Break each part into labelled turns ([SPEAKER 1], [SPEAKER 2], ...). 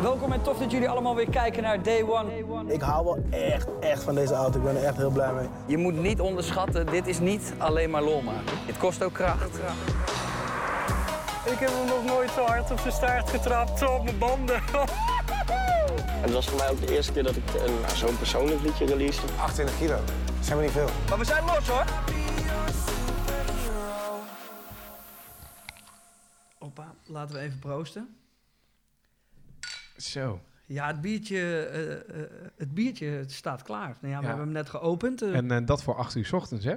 [SPEAKER 1] Welkom en tof dat jullie allemaal weer kijken naar Day One.
[SPEAKER 2] Ik hou wel echt van deze auto. Ik ben er echt heel blij mee.
[SPEAKER 1] Je moet niet onderschatten, dit is niet alleen maar lol maken. Het kost ook kracht.
[SPEAKER 3] Ik heb hem nog nooit zo hard op zijn staart getrapt, zo op mijn banden.
[SPEAKER 4] Het was voor mij ook de eerste keer dat ik zo'n persoonlijk liedje releasede.
[SPEAKER 2] 28 kilo. Dat zijn we niet veel.
[SPEAKER 1] Maar we zijn los hoor. Hoppa, laten we even proosten.
[SPEAKER 5] Zo.
[SPEAKER 1] Ja, het biertje staat klaar. Nou ja, we hebben hem net geopend.
[SPEAKER 5] En dat voor 8 uur 's ochtends, hè?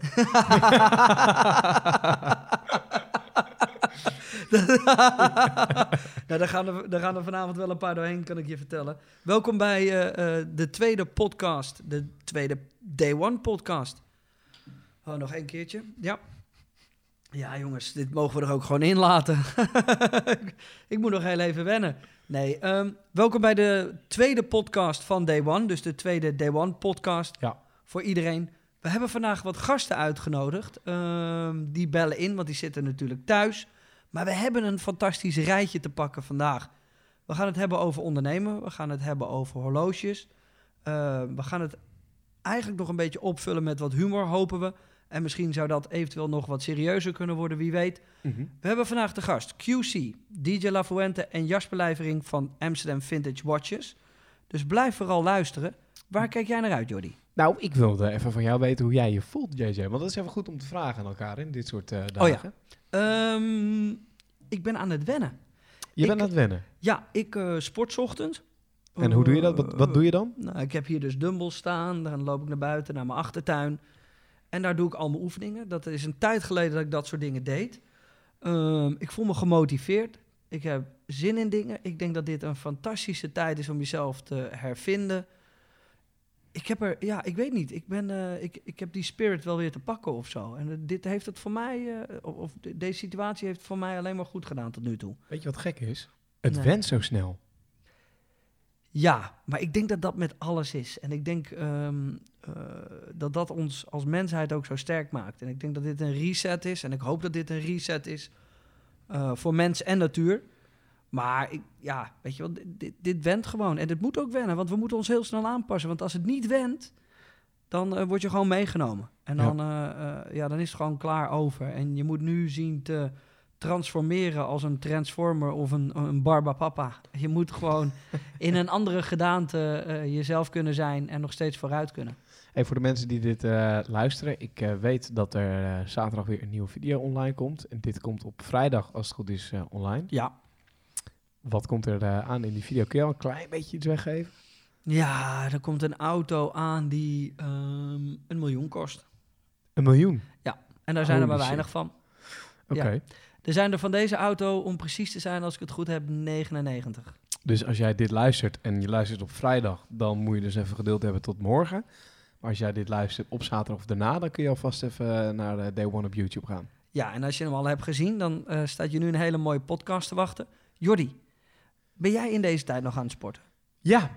[SPEAKER 1] Nou, daar gaan er vanavond wel een paar doorheen, kan ik je vertellen. Welkom bij de tweede podcast. De tweede Day One podcast. Oh, nog één keertje. Ja. Ja, jongens, dit mogen we er ook gewoon in laten. Ik moet nog heel even wennen. Nee, welkom bij de tweede podcast van Day One. Dus de tweede Day One podcast voor iedereen. We hebben vandaag wat gasten uitgenodigd. Die bellen in, want die zitten natuurlijk thuis. Maar we hebben een fantastisch rijtje te pakken vandaag. We gaan het hebben over ondernemen. We gaan het hebben over horloges. We gaan het eigenlijk nog een beetje opvullen met wat humor, hopen we. En misschien zou dat eventueel nog wat serieuzer kunnen worden, wie weet. Mm-hmm. We hebben vandaag de gast QC, DJ Lafuente en Jasper Leijvering van Amsterdam Vintage Watches. Dus blijf vooral luisteren. Waar kijk jij naar uit, Jordi?
[SPEAKER 5] Nou, ik wilde even van jou weten hoe jij je voelt, JJ. Want dat is even goed om te vragen aan elkaar in dit soort dagen.
[SPEAKER 1] Oh ja. Ik ben aan het wennen.
[SPEAKER 5] Je bent aan het wennen?
[SPEAKER 1] Ja, ik sport 's ochtends.
[SPEAKER 5] En hoe doe je dat? Wat doe je dan?
[SPEAKER 1] Nou, ik heb hier dus dumbbells staan. Dan loop ik naar buiten, naar mijn achtertuin. En daar doe ik al mijn oefeningen. Dat is een tijd geleden dat ik dat soort dingen deed. Ik voel me gemotiveerd. Ik heb zin in dingen. Ik denk dat dit een fantastische tijd is om jezelf te hervinden. Ik weet niet. Ik heb die spirit wel weer te pakken of zo. En dit heeft het voor mij, deze situatie heeft het voor mij alleen maar goed gedaan tot nu toe.
[SPEAKER 5] Weet je wat gek is? Het went zo snel.
[SPEAKER 1] Ja, maar ik denk dat dat met alles is. En ik denk dat ons als mensheid ook zo sterk maakt. En ik denk dat dit een reset is. En ik hoop dat dit een reset is voor mens en natuur. Maar weet je wel, dit went gewoon. En dit moet ook wennen, want we moeten ons heel snel aanpassen. Want als het niet went, dan word je gewoon meegenomen. En dan is het gewoon klaar over. En je moet nu zien te transformeren als een transformer of een Barbapapa. Je moet gewoon in een andere gedaante jezelf kunnen zijn en nog steeds vooruit kunnen.
[SPEAKER 5] Hey, voor de mensen die dit luisteren, ik weet dat er zaterdag weer een nieuwe video online komt. En dit komt op vrijdag, als het goed is, online.
[SPEAKER 1] Ja.
[SPEAKER 5] Wat komt er aan in die video? Kun je al een klein beetje iets weggeven?
[SPEAKER 1] Ja, er komt een auto aan die 1 miljoen kost.
[SPEAKER 5] 1 miljoen?
[SPEAKER 1] Ja, en daar zijn er maar weinig van.
[SPEAKER 5] Oké.
[SPEAKER 1] Ja. Er zijn er van deze auto, om precies te zijn, als ik het goed heb, 99.
[SPEAKER 5] Dus als jij dit luistert en je luistert op vrijdag, dan moet je dus even geduld hebben tot morgen. Maar als jij dit luistert op zaterdag of daarna, dan kun je alvast even naar Day One op YouTube gaan.
[SPEAKER 1] Ja, en als je hem al hebt gezien, dan staat je nu een hele mooie podcast te wachten. Jordi, ben jij in deze tijd nog aan het sporten?
[SPEAKER 5] Ja,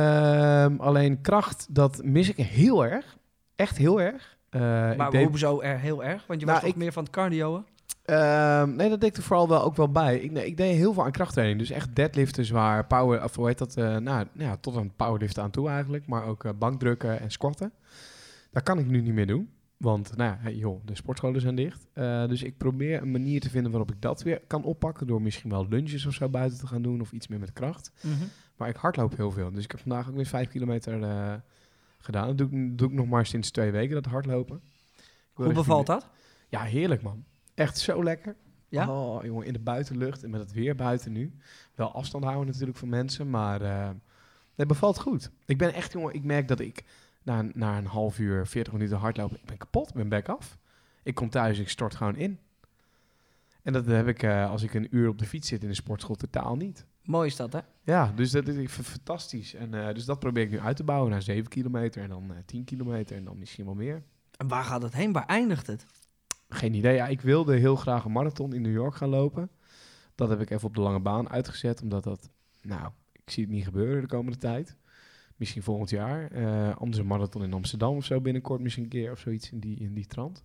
[SPEAKER 5] alleen kracht, dat mis ik heel erg. Echt heel erg.
[SPEAKER 1] Maar hoezo heel erg? Want je was toch meer van het cardioën?
[SPEAKER 5] Nee, dat deed ik er vooral wel ook wel bij. Ik deed heel veel aan krachttraining. Dus echt deadliften zwaar, power, of hoe heet dat? Tot een powerlift aan toe eigenlijk. Maar ook bankdrukken en squatten. Dat kan ik nu niet meer doen. Want de sportscholen zijn dicht. Dus ik probeer een manier te vinden waarop ik dat weer kan oppakken. Door misschien wel lunges of zo buiten te gaan doen. Of iets meer met kracht. Mm-hmm. Maar ik hardloop heel veel. Dus ik heb vandaag ook weer 5 kilometer gedaan. Dat doe ik nog maar sinds 2 weken, dat hardlopen.
[SPEAKER 1] Hoe bevalt dat?
[SPEAKER 5] Ja, heerlijk man. Echt zo lekker.
[SPEAKER 1] Ja?
[SPEAKER 5] Oh, jongen, in de buitenlucht en met het weer buiten nu. Wel afstand houden natuurlijk van mensen, maar het bevalt goed. Ik ben echt, jongen, ik merk dat ik na een half uur, 40 minuten hardlopen, ik ben kapot, ik ben back af. Ik kom thuis, ik stort gewoon in. En dat heb ik als ik een uur op de fiets zit in de sportschool totaal niet.
[SPEAKER 1] Mooi is dat, hè?
[SPEAKER 5] Ja, dus dat is fantastisch. En dus dat probeer ik nu uit te bouwen naar 7 kilometer en dan 10 kilometer en dan misschien wel meer.
[SPEAKER 1] En waar gaat het heen? Waar eindigt het?
[SPEAKER 5] Geen idee. Ja, ik wilde heel graag een marathon in New York gaan lopen. Dat heb ik even op de lange baan uitgezet, omdat ik zie het niet gebeuren de komende tijd. Misschien volgend jaar. Anders een marathon in Amsterdam of zo binnenkort misschien een keer of zoiets in die trant.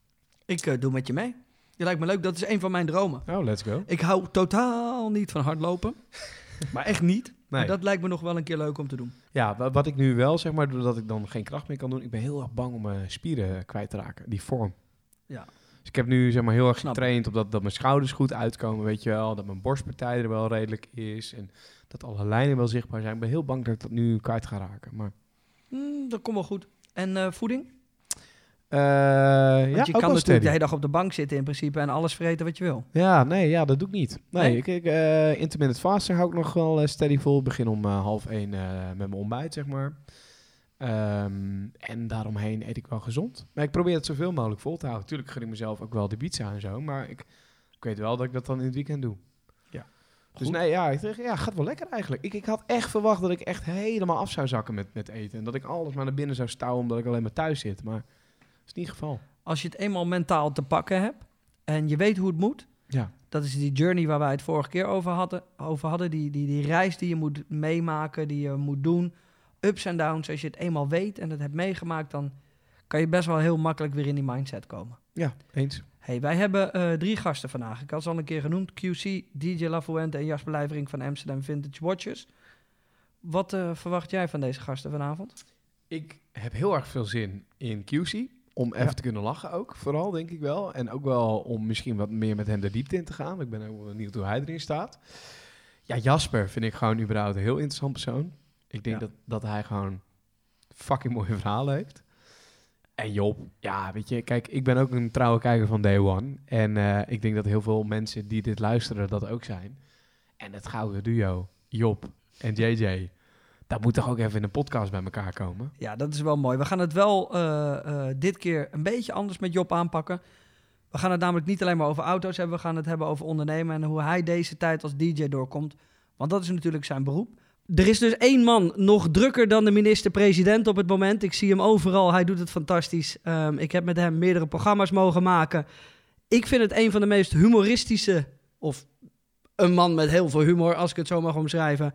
[SPEAKER 1] Ik doe met je mee. Je lijkt me leuk. Dat is een van mijn dromen.
[SPEAKER 5] Oh, let's go.
[SPEAKER 1] Ik hou totaal niet van hardlopen. Maar echt niet.
[SPEAKER 5] Nee.
[SPEAKER 1] Maar dat lijkt me nog wel een keer leuk om te doen.
[SPEAKER 5] Ja, wat ik nu wel, zeg maar, doordat ik dan geen kracht meer kan doen, ik ben heel erg bang om mijn spieren kwijt te raken, die vorm.
[SPEAKER 1] Ja.
[SPEAKER 5] Dus ik heb nu, zeg maar, heel erg
[SPEAKER 1] Snap
[SPEAKER 5] getraind op dat mijn schouders goed uitkomen, weet je wel, dat mijn borstpartij er wel redelijk is en dat alle lijnen wel zichtbaar zijn. Ik ben heel bang dat ik dat nu kwijt ga raken, maar...
[SPEAKER 1] Dat komt wel goed. En voeding?
[SPEAKER 5] ja,
[SPEAKER 1] Want je
[SPEAKER 5] ook
[SPEAKER 1] kan
[SPEAKER 5] wel
[SPEAKER 1] natuurlijk
[SPEAKER 5] steady.
[SPEAKER 1] de hele dag op de bank zitten in principe en alles vreten wat je wil.
[SPEAKER 5] Ja, dat doe ik niet.
[SPEAKER 1] Nee?
[SPEAKER 5] Intermittent fasting hou ik nog wel steady vol. Ik begin om 12:30 met mijn ontbijt, zeg maar. En daaromheen eet ik wel gezond. Maar ik probeer het zoveel mogelijk vol te houden. Tuurlijk gun ik mezelf ook wel de pizza en zo. Maar ik weet wel dat ik dat dan in het weekend doe.
[SPEAKER 1] Ja.
[SPEAKER 5] Dus
[SPEAKER 1] Goed.
[SPEAKER 5] gaat wel lekker eigenlijk. Ik had echt verwacht dat ik echt helemaal af zou zakken met eten. En dat ik alles maar naar binnen zou stouwen omdat ik alleen maar thuis zit. Maar dat is niet het geval.
[SPEAKER 1] Als je het eenmaal mentaal te pakken hebt en je weet hoe het moet,
[SPEAKER 5] Ja.
[SPEAKER 1] dat is die journey waar wij het vorige keer over hadden. Die reis die je moet meemaken, die je moet doen. Ups en downs. Als je het eenmaal weet en het hebt meegemaakt, dan kan je best wel heel makkelijk weer in die mindset komen.
[SPEAKER 5] Ja, eens.
[SPEAKER 1] Hey, wij hebben 3 gasten vandaag. Ik had ze al een keer genoemd. QC, DJ Lafuente en Jasper Leijvering van Amsterdam Vintage Watches. Wat verwacht jij van deze gasten vanavond?
[SPEAKER 5] Ik heb heel erg veel zin in QC. Om even te kunnen lachen ook, vooral, denk ik wel. En ook wel om misschien wat meer met hem de diepte in te gaan. Ik ben ook wel benieuwd hoe hij erin staat. Ja, Jasper vind ik gewoon überhaupt een heel interessant persoon. Ik denk dat hij gewoon fucking mooie verhalen heeft. En Job, ja, weet je, kijk, ik ben ook een trouwe kijker van Day One. En ik denk dat heel veel mensen die dit luisteren dat ook zijn. En het gouden duo, Job en JJ... Dat moet toch ook even in een podcast bij elkaar komen?
[SPEAKER 1] Ja, dat is wel mooi. We gaan het wel dit keer een beetje anders met Job aanpakken. We gaan het namelijk niet alleen maar over auto's hebben. We gaan het hebben over ondernemen en hoe hij deze tijd als DJ doorkomt. Want dat is natuurlijk zijn beroep. Er is dus 1 man nog drukker dan de minister-president op het moment. Ik zie hem overal. Hij doet het fantastisch. Ik heb met hem meerdere programma's mogen maken. Ik vind het een van de meest humoristische... of een man met heel veel humor, als ik het zo mag omschrijven...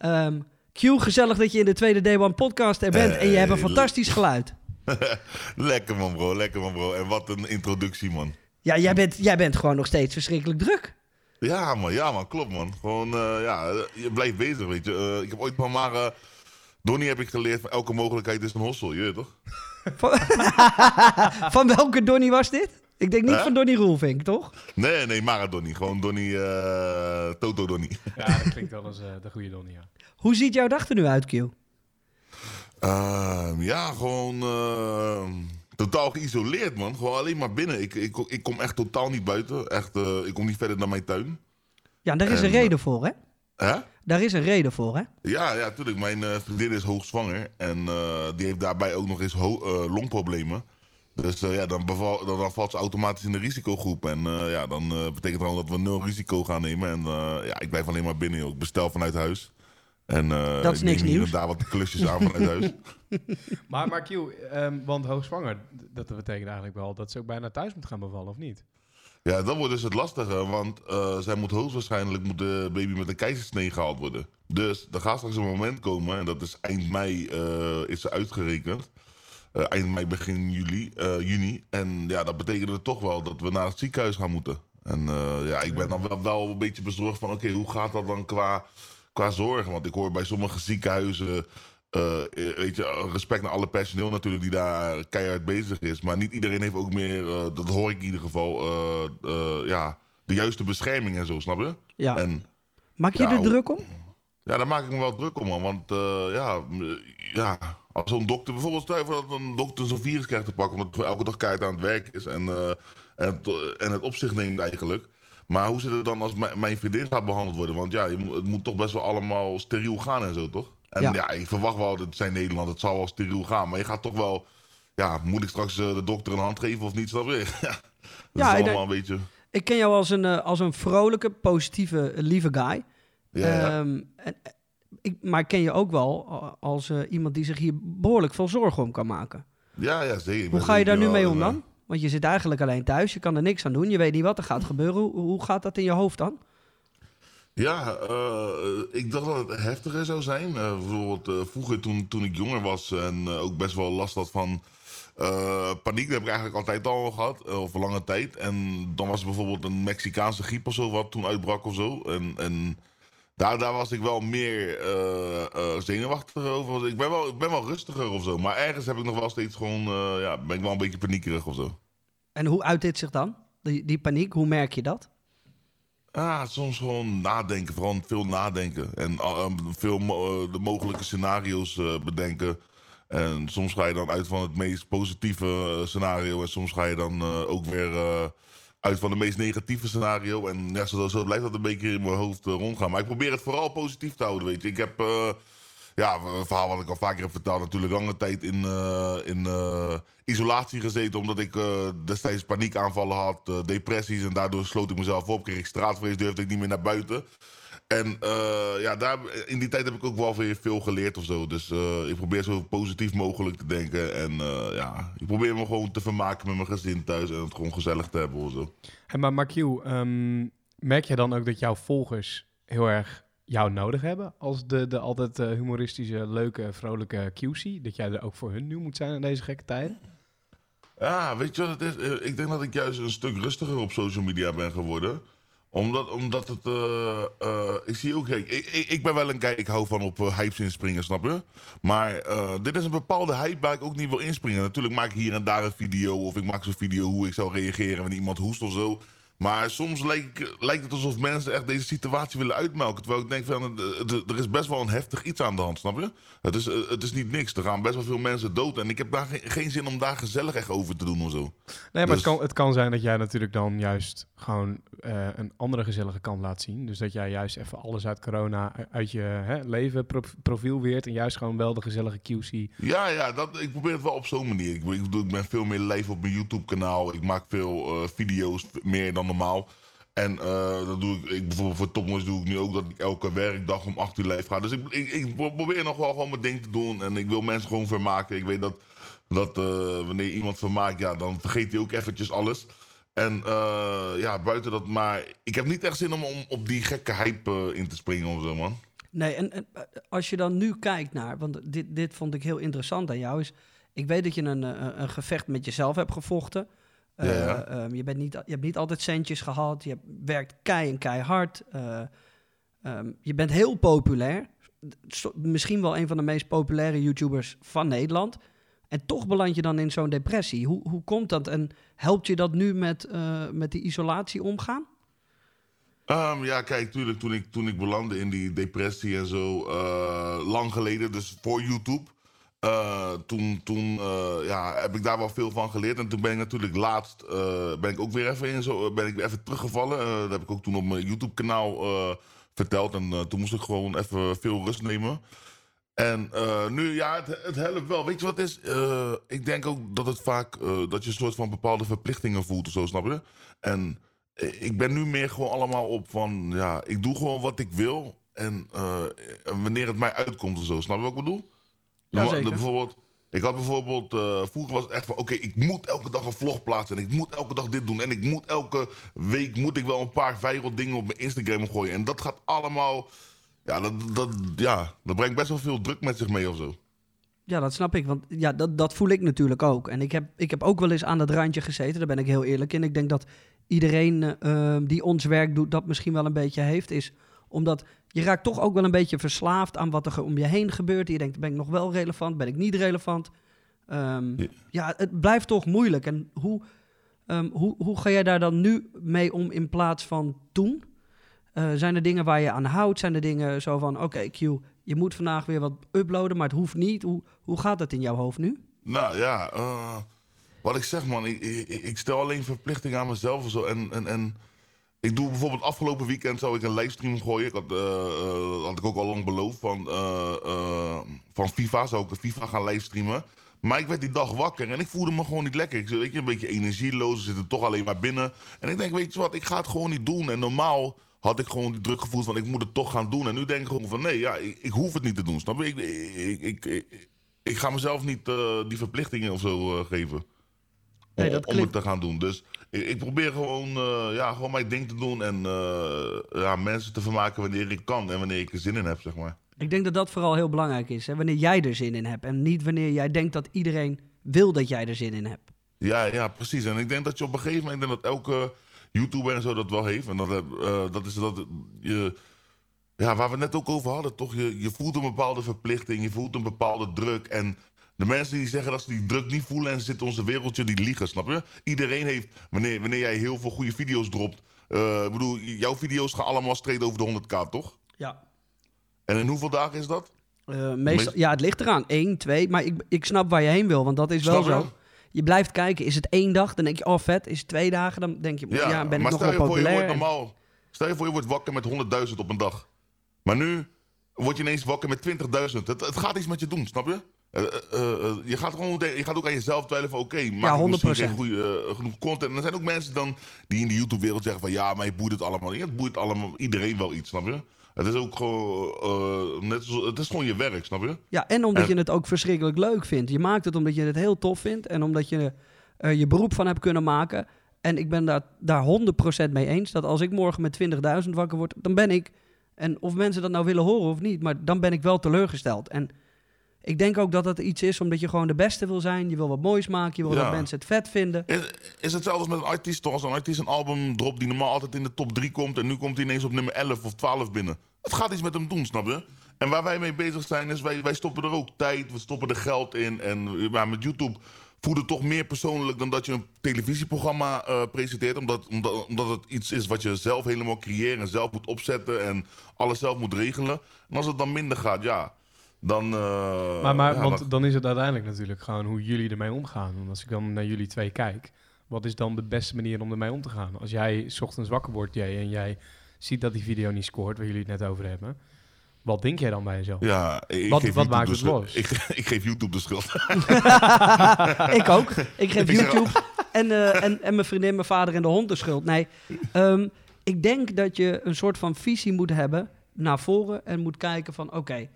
[SPEAKER 1] Q, gezellig dat je in de tweede Day One podcast er bent. En je hebt een fantastisch geluid.
[SPEAKER 6] Lekker man bro. En wat een introductie man.
[SPEAKER 1] Ja, jij bent gewoon nog steeds verschrikkelijk druk.
[SPEAKER 6] Ja man, klopt man. Gewoon, je blijft bezig, weet je. Ik heb ooit maar Donnie heb ik geleerd van elke mogelijkheid is een hossel, je weet toch?
[SPEAKER 1] Van welke Donnie was dit? Ik denk niet van Donnie Roelvink, toch?
[SPEAKER 6] Nee, Mara Donnie. Gewoon Donnie, Toto Donnie.
[SPEAKER 5] Ja, dat klinkt wel als de goede Donnie, ja.
[SPEAKER 1] Hoe ziet jouw dag er nu uit, Q?
[SPEAKER 6] Gewoon totaal geïsoleerd, man. Gewoon alleen maar binnen. Ik kom echt totaal niet buiten. Echt, ik kom niet verder dan mijn tuin.
[SPEAKER 1] Ja, daar is een reden voor, hè?
[SPEAKER 6] Hè?
[SPEAKER 1] Daar is een reden voor, hè?
[SPEAKER 6] Ja, tuurlijk. Mijn vriendin is hoogzwanger. En die heeft daarbij ook nog eens longproblemen. Dus dan valt ze automatisch in de risicogroep. En dan betekent dat dat we 0 risico gaan nemen. En ik blijf alleen maar binnen, joh. Ik bestel vanuit huis. En
[SPEAKER 1] dat is niks nieuws.
[SPEAKER 6] daar wat klusjes aan vanuit huis.
[SPEAKER 5] Maar Q, want hoogzwanger, dat betekent eigenlijk wel dat ze ook bijna thuis moet gaan bevallen, of niet?
[SPEAKER 6] Ja, dat wordt dus het lastige. Want zij moet hoogstwaarschijnlijk de baby met een keizersnee gehaald worden. Dus er gaat straks een moment komen. En dat is eind mei is ze uitgerekend. Eind mei, begin juni. En ja, dat betekent het toch wel dat we naar het ziekenhuis gaan moeten. En ik ben dan wel een beetje bezorgd van... Oké, hoe gaat dat dan qua zorg? Want ik hoor bij sommige ziekenhuizen... weet je, respect naar alle personeel natuurlijk die daar keihard bezig is. Maar niet iedereen heeft ook meer, dat hoor ik in ieder geval, de juiste bescherming en zo, snap je?
[SPEAKER 1] Ja.
[SPEAKER 6] En,
[SPEAKER 1] Maak je er druk om?
[SPEAKER 6] Ja, daar maak ik me wel druk om, man. Want als zo'n dokter, bijvoorbeeld stel je voor dat een dokter zo'n virus krijgt te pakken... omdat hij elke dag keihard aan het werk is en het op zich neemt eigenlijk... Maar hoe zit het dan als mijn vriendin gaat behandeld worden? Want ja, het moet toch best wel allemaal steriel gaan en zo, toch? En ik verwacht wel, dat zijn Nederland, het zal wel steriel gaan. Maar je gaat toch wel, moet ik straks de dokter een hand geven of niet? Snap je? Dat is allemaal een beetje...
[SPEAKER 1] Ik ken jou als een vrolijke, positieve, lieve guy.
[SPEAKER 6] Ja.
[SPEAKER 1] Maar ik ken je ook wel als iemand die zich hier behoorlijk veel zorgen om kan maken.
[SPEAKER 6] Ja, zeker.
[SPEAKER 1] Hoe ga je daar nu mee om dan? Want je zit eigenlijk alleen thuis, je kan er niks aan doen. Je weet niet wat er gaat gebeuren. Hoe gaat dat in je hoofd dan?
[SPEAKER 6] Ja, ik dacht dat het heftiger zou zijn. Bijvoorbeeld vroeger toen ik jonger was en ook best wel last had van paniek. Dat heb ik eigenlijk altijd al gehad, of lange tijd. En dan was er bijvoorbeeld een Mexicaanse griep of zo wat toen uitbrak of zo. En Daar was ik wel meer zenuwachtig over. Ik ben wel rustiger of zo. Maar ergens heb ik nog wel steeds gewoon... ben ik wel een beetje paniekerig of zo.
[SPEAKER 1] En hoe uit dit zich dan? Die paniek, hoe merk je dat?
[SPEAKER 6] Soms gewoon nadenken. Vooral veel nadenken. En veel de mogelijke scenario's bedenken. En soms ga je dan uit van het meest positieve scenario. En soms ga je dan ook weer uit van het meest negatieve scenario. En ja, zo blijft dat een beetje in mijn hoofd rondgaan. Maar ik probeer het vooral positief te houden, weet je. Ik heb, een verhaal wat ik al vaker heb verteld. Natuurlijk lange tijd in isolatie gezeten. Omdat ik destijds paniekaanvallen had, depressies. En daardoor sloot ik mezelf op. Kreeg ik straatvrees, durfde ik niet meer naar buiten. En in die tijd heb ik ook wel weer veel geleerd of zo. Dus ik probeer zo positief mogelijk te denken. En ik probeer me gewoon te vermaken met mijn gezin thuis. En het gewoon gezellig te hebben of zo.
[SPEAKER 5] Hey, maar Q, merk je dan ook dat jouw volgers heel erg jou nodig hebben? Als de altijd humoristische, leuke, vrolijke QC? Dat jij er ook voor hun nu moet zijn in deze gekke tijden?
[SPEAKER 6] Ja, weet je wat het is? Ik denk dat ik juist een stuk rustiger op social media ben geworden. Omdat het... ik zie ook... Ik ben wel een kijk, ik hou van op hypes inspringen, snap je? Maar dit is een bepaalde hype waar ik ook niet wil inspringen. Natuurlijk maak ik hier en daar een video. Of ik maak zo'n video hoe ik zou reageren wanneer iemand hoest of zo. Maar soms lijkt het alsof mensen echt deze situatie willen uitmelken. Terwijl ik denk van, er is best wel een heftig iets aan de hand, snap je? Het is niet niks. Er gaan best wel veel mensen dood. En ik heb daar geen zin om daar gezellig echt over te doen of zo.
[SPEAKER 5] Nee, maar
[SPEAKER 6] Dus-
[SPEAKER 5] het kan zijn dat jij natuurlijk dan juist gewoon een andere gezellige kant laat zien. Dus dat jij juist even alles uit corona uit je leven, profiel weert. En juist gewoon wel de gezellige QC.
[SPEAKER 6] Ja, ik probeer het wel op zo'n manier. Ik ben veel meer live op mijn YouTube-kanaal. Ik maak veel video's, meer dan normaal. En dat doe ik bijvoorbeeld voor Topnotch doe ik nu ook dat ik elke werkdag om 8 uur live ga. Dus ik probeer nog wel gewoon mijn ding te doen. En ik wil mensen gewoon vermaken. Ik weet dat wanneer iemand vermaakt, ja, dan vergeet hij ook eventjes alles. En buiten dat, maar ik heb niet echt zin om op die gekke hype in te springen of zo, man.
[SPEAKER 1] Nee, en als je dan nu kijkt naar... Want dit vond ik heel interessant aan jou. Ik weet dat je een gevecht met jezelf hebt gevochten.
[SPEAKER 6] Ja.
[SPEAKER 1] Je hebt niet altijd centjes gehad. Je werkt keihard. Je bent heel populair. Misschien wel een van de meest populaire YouTubers van Nederland. En toch beland je dan in zo'n depressie. Hoe komt dat? En helpt je dat nu met die isolatie omgaan?
[SPEAKER 6] Kijk, tuurlijk, toen ik belandde in die depressie en zo, lang geleden, dus voor YouTube, toen heb ik daar wel veel van geleerd. En toen ben ik natuurlijk laatst, ben ik ook weer even teruggevallen. Dat heb ik ook toen op mijn YouTube-kanaal verteld. En toen moest ik gewoon even veel rust nemen. En nu, ja, het helpt wel. Weet je wat het is? Ik denk ook dat het vaak, dat je een soort van bepaalde verplichtingen voelt of zo, snap je? En ik ben nu meer gewoon allemaal op van, ja, ik doe gewoon wat ik wil. En wanneer het mij uitkomt of zo, snap je wat ik bedoel?
[SPEAKER 1] Ja, zeker.
[SPEAKER 6] Vroeger was het echt van, oké, ik moet elke dag een vlog plaatsen. En ik moet elke dag dit doen. En ik moet elke week wel een paar viral dingen op mijn Instagram gooien. En dat gaat allemaal, dat brengt best wel veel druk met zich mee of zo.
[SPEAKER 1] Ja, dat snap ik. Want ja, dat voel ik natuurlijk ook. En ik heb ook wel eens aan dat randje gezeten. Daar ben ik heel eerlijk in. Ik denk dat iedereen die ons werk doet, dat misschien wel een beetje heeft. Is omdat je raakt toch ook wel een beetje verslaafd aan wat er om je heen gebeurt. Je denkt, ben ik nog wel relevant? Ben ik niet relevant? Ja, het blijft toch moeilijk. En hoe ga jij daar dan nu mee om in plaats van toen? Zijn er dingen waar je aan houdt? Zijn er dingen zo van, oké, Q, je moet vandaag weer wat uploaden, maar het hoeft niet. Hoe gaat het in jouw hoofd nu?
[SPEAKER 6] Nou ja, wat ik zeg, man, ik stel alleen verplichtingen aan mezelf of zo. En ik doe bijvoorbeeld afgelopen weekend zou ik een livestream gooien. Had ik ook al lang beloofd van FIFA. Zou ik FIFA gaan livestreamen. Maar ik werd die dag wakker en ik voelde me gewoon niet lekker. Ik zei, weet je, een beetje energieloos. We zitten toch alleen maar binnen. En ik denk, weet je wat, ik ga het gewoon niet doen. En normaal had ik gewoon die druk gevoeld van, ik moet het toch gaan doen. En nu denk ik gewoon van, nee, ja, ik hoef het niet te doen. Snap je? Ik ga mezelf niet die verplichtingen of zo geven.
[SPEAKER 1] Nee,
[SPEAKER 6] om het te gaan doen. Dus ik probeer gewoon mijn ding te doen. En mensen te vermaken wanneer ik kan. En wanneer ik er zin in heb, zeg maar.
[SPEAKER 1] Ik denk dat dat vooral heel belangrijk is. Hè? Wanneer jij er zin in hebt. En niet wanneer jij denkt dat iedereen wil dat jij er zin in hebt.
[SPEAKER 6] Ja, precies. En ik denk dat je op een gegeven moment, dat elke YouTuber en zo dat wel heeft. En dat is dat je... Ja, waar we het net ook over hadden, toch? Je voelt een bepaalde verplichting, je voelt een bepaalde druk. En de mensen die zeggen dat ze die druk niet voelen en ze zitten in onze wereldje, die liegen, snap je? Iedereen heeft, wanneer jij heel veel goede video's dropt... ik bedoel, jouw video's gaan allemaal straight over de 100k, toch?
[SPEAKER 1] Ja.
[SPEAKER 6] En in hoeveel dagen is dat?
[SPEAKER 1] Meestal, ja, het ligt eraan. 1, 2. Maar ik snap waar je heen wil, want dat is wel
[SPEAKER 6] Snap je?
[SPEAKER 1] zo. Je blijft kijken. Is het 1 dag? Dan denk je, oh vet. Is het 2 dagen? Dan denk je, ja ben ik nog wel populair?
[SPEAKER 6] Stel je voor, je wordt wakker met 100.000 op een dag. Maar nu word je ineens wakker met 20.000. Het gaat iets met je doen, snap je? Je gaat ook aan jezelf twijfelen van maak ik misschien geen genoeg content. En er zijn ook mensen dan die in de YouTube-wereld zeggen van ja, maar je boeit het allemaal niet. Het boeit allemaal iedereen wel iets, snap je? Het is ook gewoon, het is gewoon je werk, snap je?
[SPEAKER 1] Ja, en omdat je het ook verschrikkelijk leuk vindt. Je maakt het omdat je het heel tof vindt en omdat je je beroep van hebt kunnen maken. En ik ben daar 100% mee eens dat als ik morgen met 20.000 wakker word, dan ben ik, en of mensen dat nou willen horen of niet, maar dan ben ik wel teleurgesteld. En ik denk ook dat dat iets is omdat je gewoon de beste wil zijn. Je wil wat moois maken, je wil dat mensen het vet vinden.
[SPEAKER 6] Is hetzelfde als met een artiest, toch? Als een artiest een album dropt die normaal altijd in de top 3 komt en nu komt hij ineens op nummer 11 of 12 binnen. Het gaat iets met hem doen, snap je? En waar wij mee bezig zijn is, wij stoppen er ook tijd, we stoppen er geld in. En met YouTube voelt het toch meer persoonlijk dan dat je een televisieprogramma presenteert. Omdat het iets is wat je zelf helemaal creëert en zelf moet opzetten en alles zelf moet regelen. En als het dan minder gaat, dan...
[SPEAKER 5] dan is het uiteindelijk natuurlijk gewoon hoe jullie ermee omgaan. Want als ik dan naar jullie twee kijk, wat is dan de beste manier om ermee om te gaan? Als jij 's ochtends wakker wordt, en jij ziet dat die video niet scoort, waar jullie het net over hebben, wat denk jij dan bij jezelf?
[SPEAKER 6] Ja,
[SPEAKER 5] wat maakt het los?
[SPEAKER 6] Ik geef YouTube de schuld.
[SPEAKER 1] Ik ook. Ik geef YouTube en mijn vriendin, mijn vader en de hond de schuld. Nee, ik denk dat je een soort van visie moet hebben naar voren en moet kijken van oké,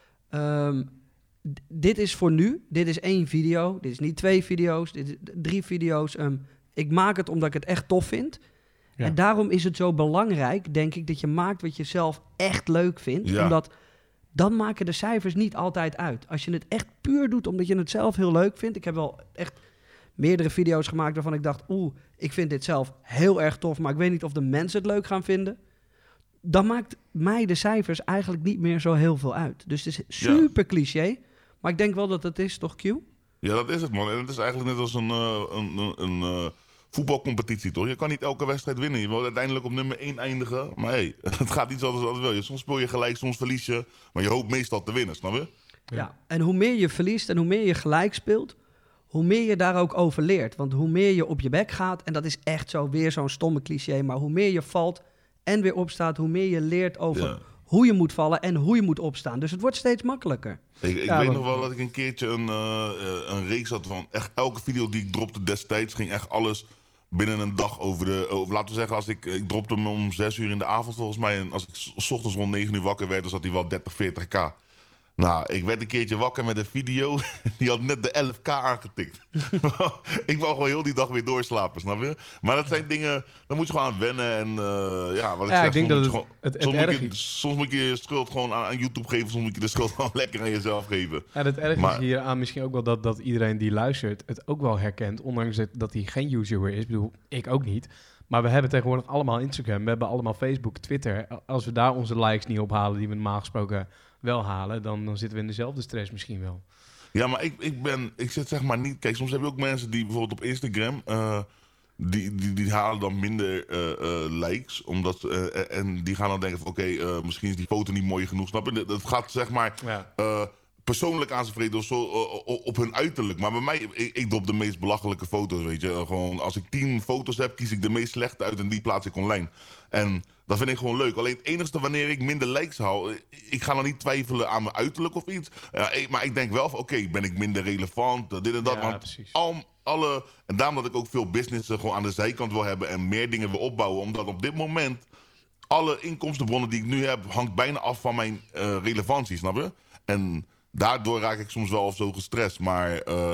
[SPEAKER 1] dit is voor nu, dit is 1 video, dit is niet 2 video's, dit is 3 video's. Ik maak het omdat ik het echt tof vind. Ja. En daarom is het zo belangrijk, denk ik, dat je maakt wat je zelf echt leuk vindt. Ja. Omdat dan maken de cijfers niet altijd uit. Als je het echt puur doet omdat je het zelf heel leuk vindt. Ik heb wel echt meerdere video's gemaakt waarvan ik dacht, ik vind dit zelf heel erg tof, maar ik weet niet of de mensen het leuk gaan vinden. Dan maakt mij de cijfers eigenlijk niet meer zo heel veel uit. Dus het is super cliché, maar ik denk wel dat het is, toch, Q?
[SPEAKER 6] Ja, dat is het, man. En het is eigenlijk net als een voetbalcompetitie, toch? Je kan niet elke wedstrijd winnen. Je wil uiteindelijk op nummer 1 eindigen. Maar het gaat niet zoals het wil. Soms speel je gelijk, soms verlies je. Maar je hoopt meestal te winnen, snap je?
[SPEAKER 1] Ja, en hoe meer je verliest en hoe meer je gelijk speelt, hoe meer je daar ook over leert. Want hoe meer je op je bek gaat, en dat is echt zo weer zo'n stomme cliché, maar hoe meer je valt en weer opstaat, hoe meer je leert over hoe je moet vallen en hoe je moet opstaan. Dus het wordt steeds makkelijker.
[SPEAKER 6] Ik weet nog wel dat ik een keertje een reeks had van echt elke video die ik dropte destijds ging echt alles binnen een dag laten we zeggen, als ik dropte hem om 6 uur in de avond volgens mij. En als ik 's ochtends rond 9 uur wakker werd, dan zat hij wel 30, 40k. Nou, ik werd een keertje wakker met een video. Die had net de 11k aangetikt. Ik wou gewoon heel die dag weer doorslapen, snap je? Maar dat zijn dingen, daar moet je gewoon aan wennen. En wat ik zeg,
[SPEAKER 5] ik denk dat
[SPEAKER 6] soms moet je je schuld gewoon aan YouTube geven. Soms moet je de schuld gewoon lekker aan jezelf geven.
[SPEAKER 5] Ja, het erg is hier aan misschien ook wel dat iedereen die luistert het ook wel herkent. Ondanks dat hij geen YouTuber is. Ik bedoel, ik ook niet. Maar we hebben tegenwoordig allemaal Instagram. We hebben allemaal Facebook, Twitter. Als we daar onze likes niet ophalen die we normaal gesproken wel halen, dan zitten we in dezelfde stress misschien wel.
[SPEAKER 6] Ja, maar ik zit zeg maar niet... Kijk, soms heb je ook mensen die bijvoorbeeld op Instagram, die halen dan minder likes, omdat en die gaan dan denken van oké, misschien is die foto niet mooi genoeg, snap je? Dat gaat zeg maar persoonlijk aan zijn vrede of zo op hun uiterlijk. Maar bij mij, ik drop de meest belachelijke foto's, weet je. Gewoon, als ik 10 foto's heb, kies ik de meest slechte uit en die plaats ik online. En dat vind ik gewoon leuk. Alleen het enigste wanneer ik minder likes hou, ik ga dan niet twijfelen aan mijn uiterlijk of iets. Maar ik denk wel van oké, ben ik minder relevant, dit en dat.
[SPEAKER 5] Ja,
[SPEAKER 6] want en daarom dat ik ook veel businessen gewoon aan de zijkant wil hebben en meer dingen wil opbouwen. Omdat op dit moment alle inkomstenbronnen die ik nu heb, hangt bijna af van mijn relevantie, snap je? En daardoor raak ik soms wel of zo gestrest. Maar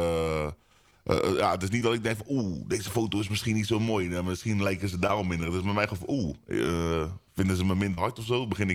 [SPEAKER 6] het is niet dat ik denk van deze foto is misschien niet zo mooi. Misschien lijken ze daarom minder. Het is bij mij gewoon van vinden ze me minder hard of zo? Begin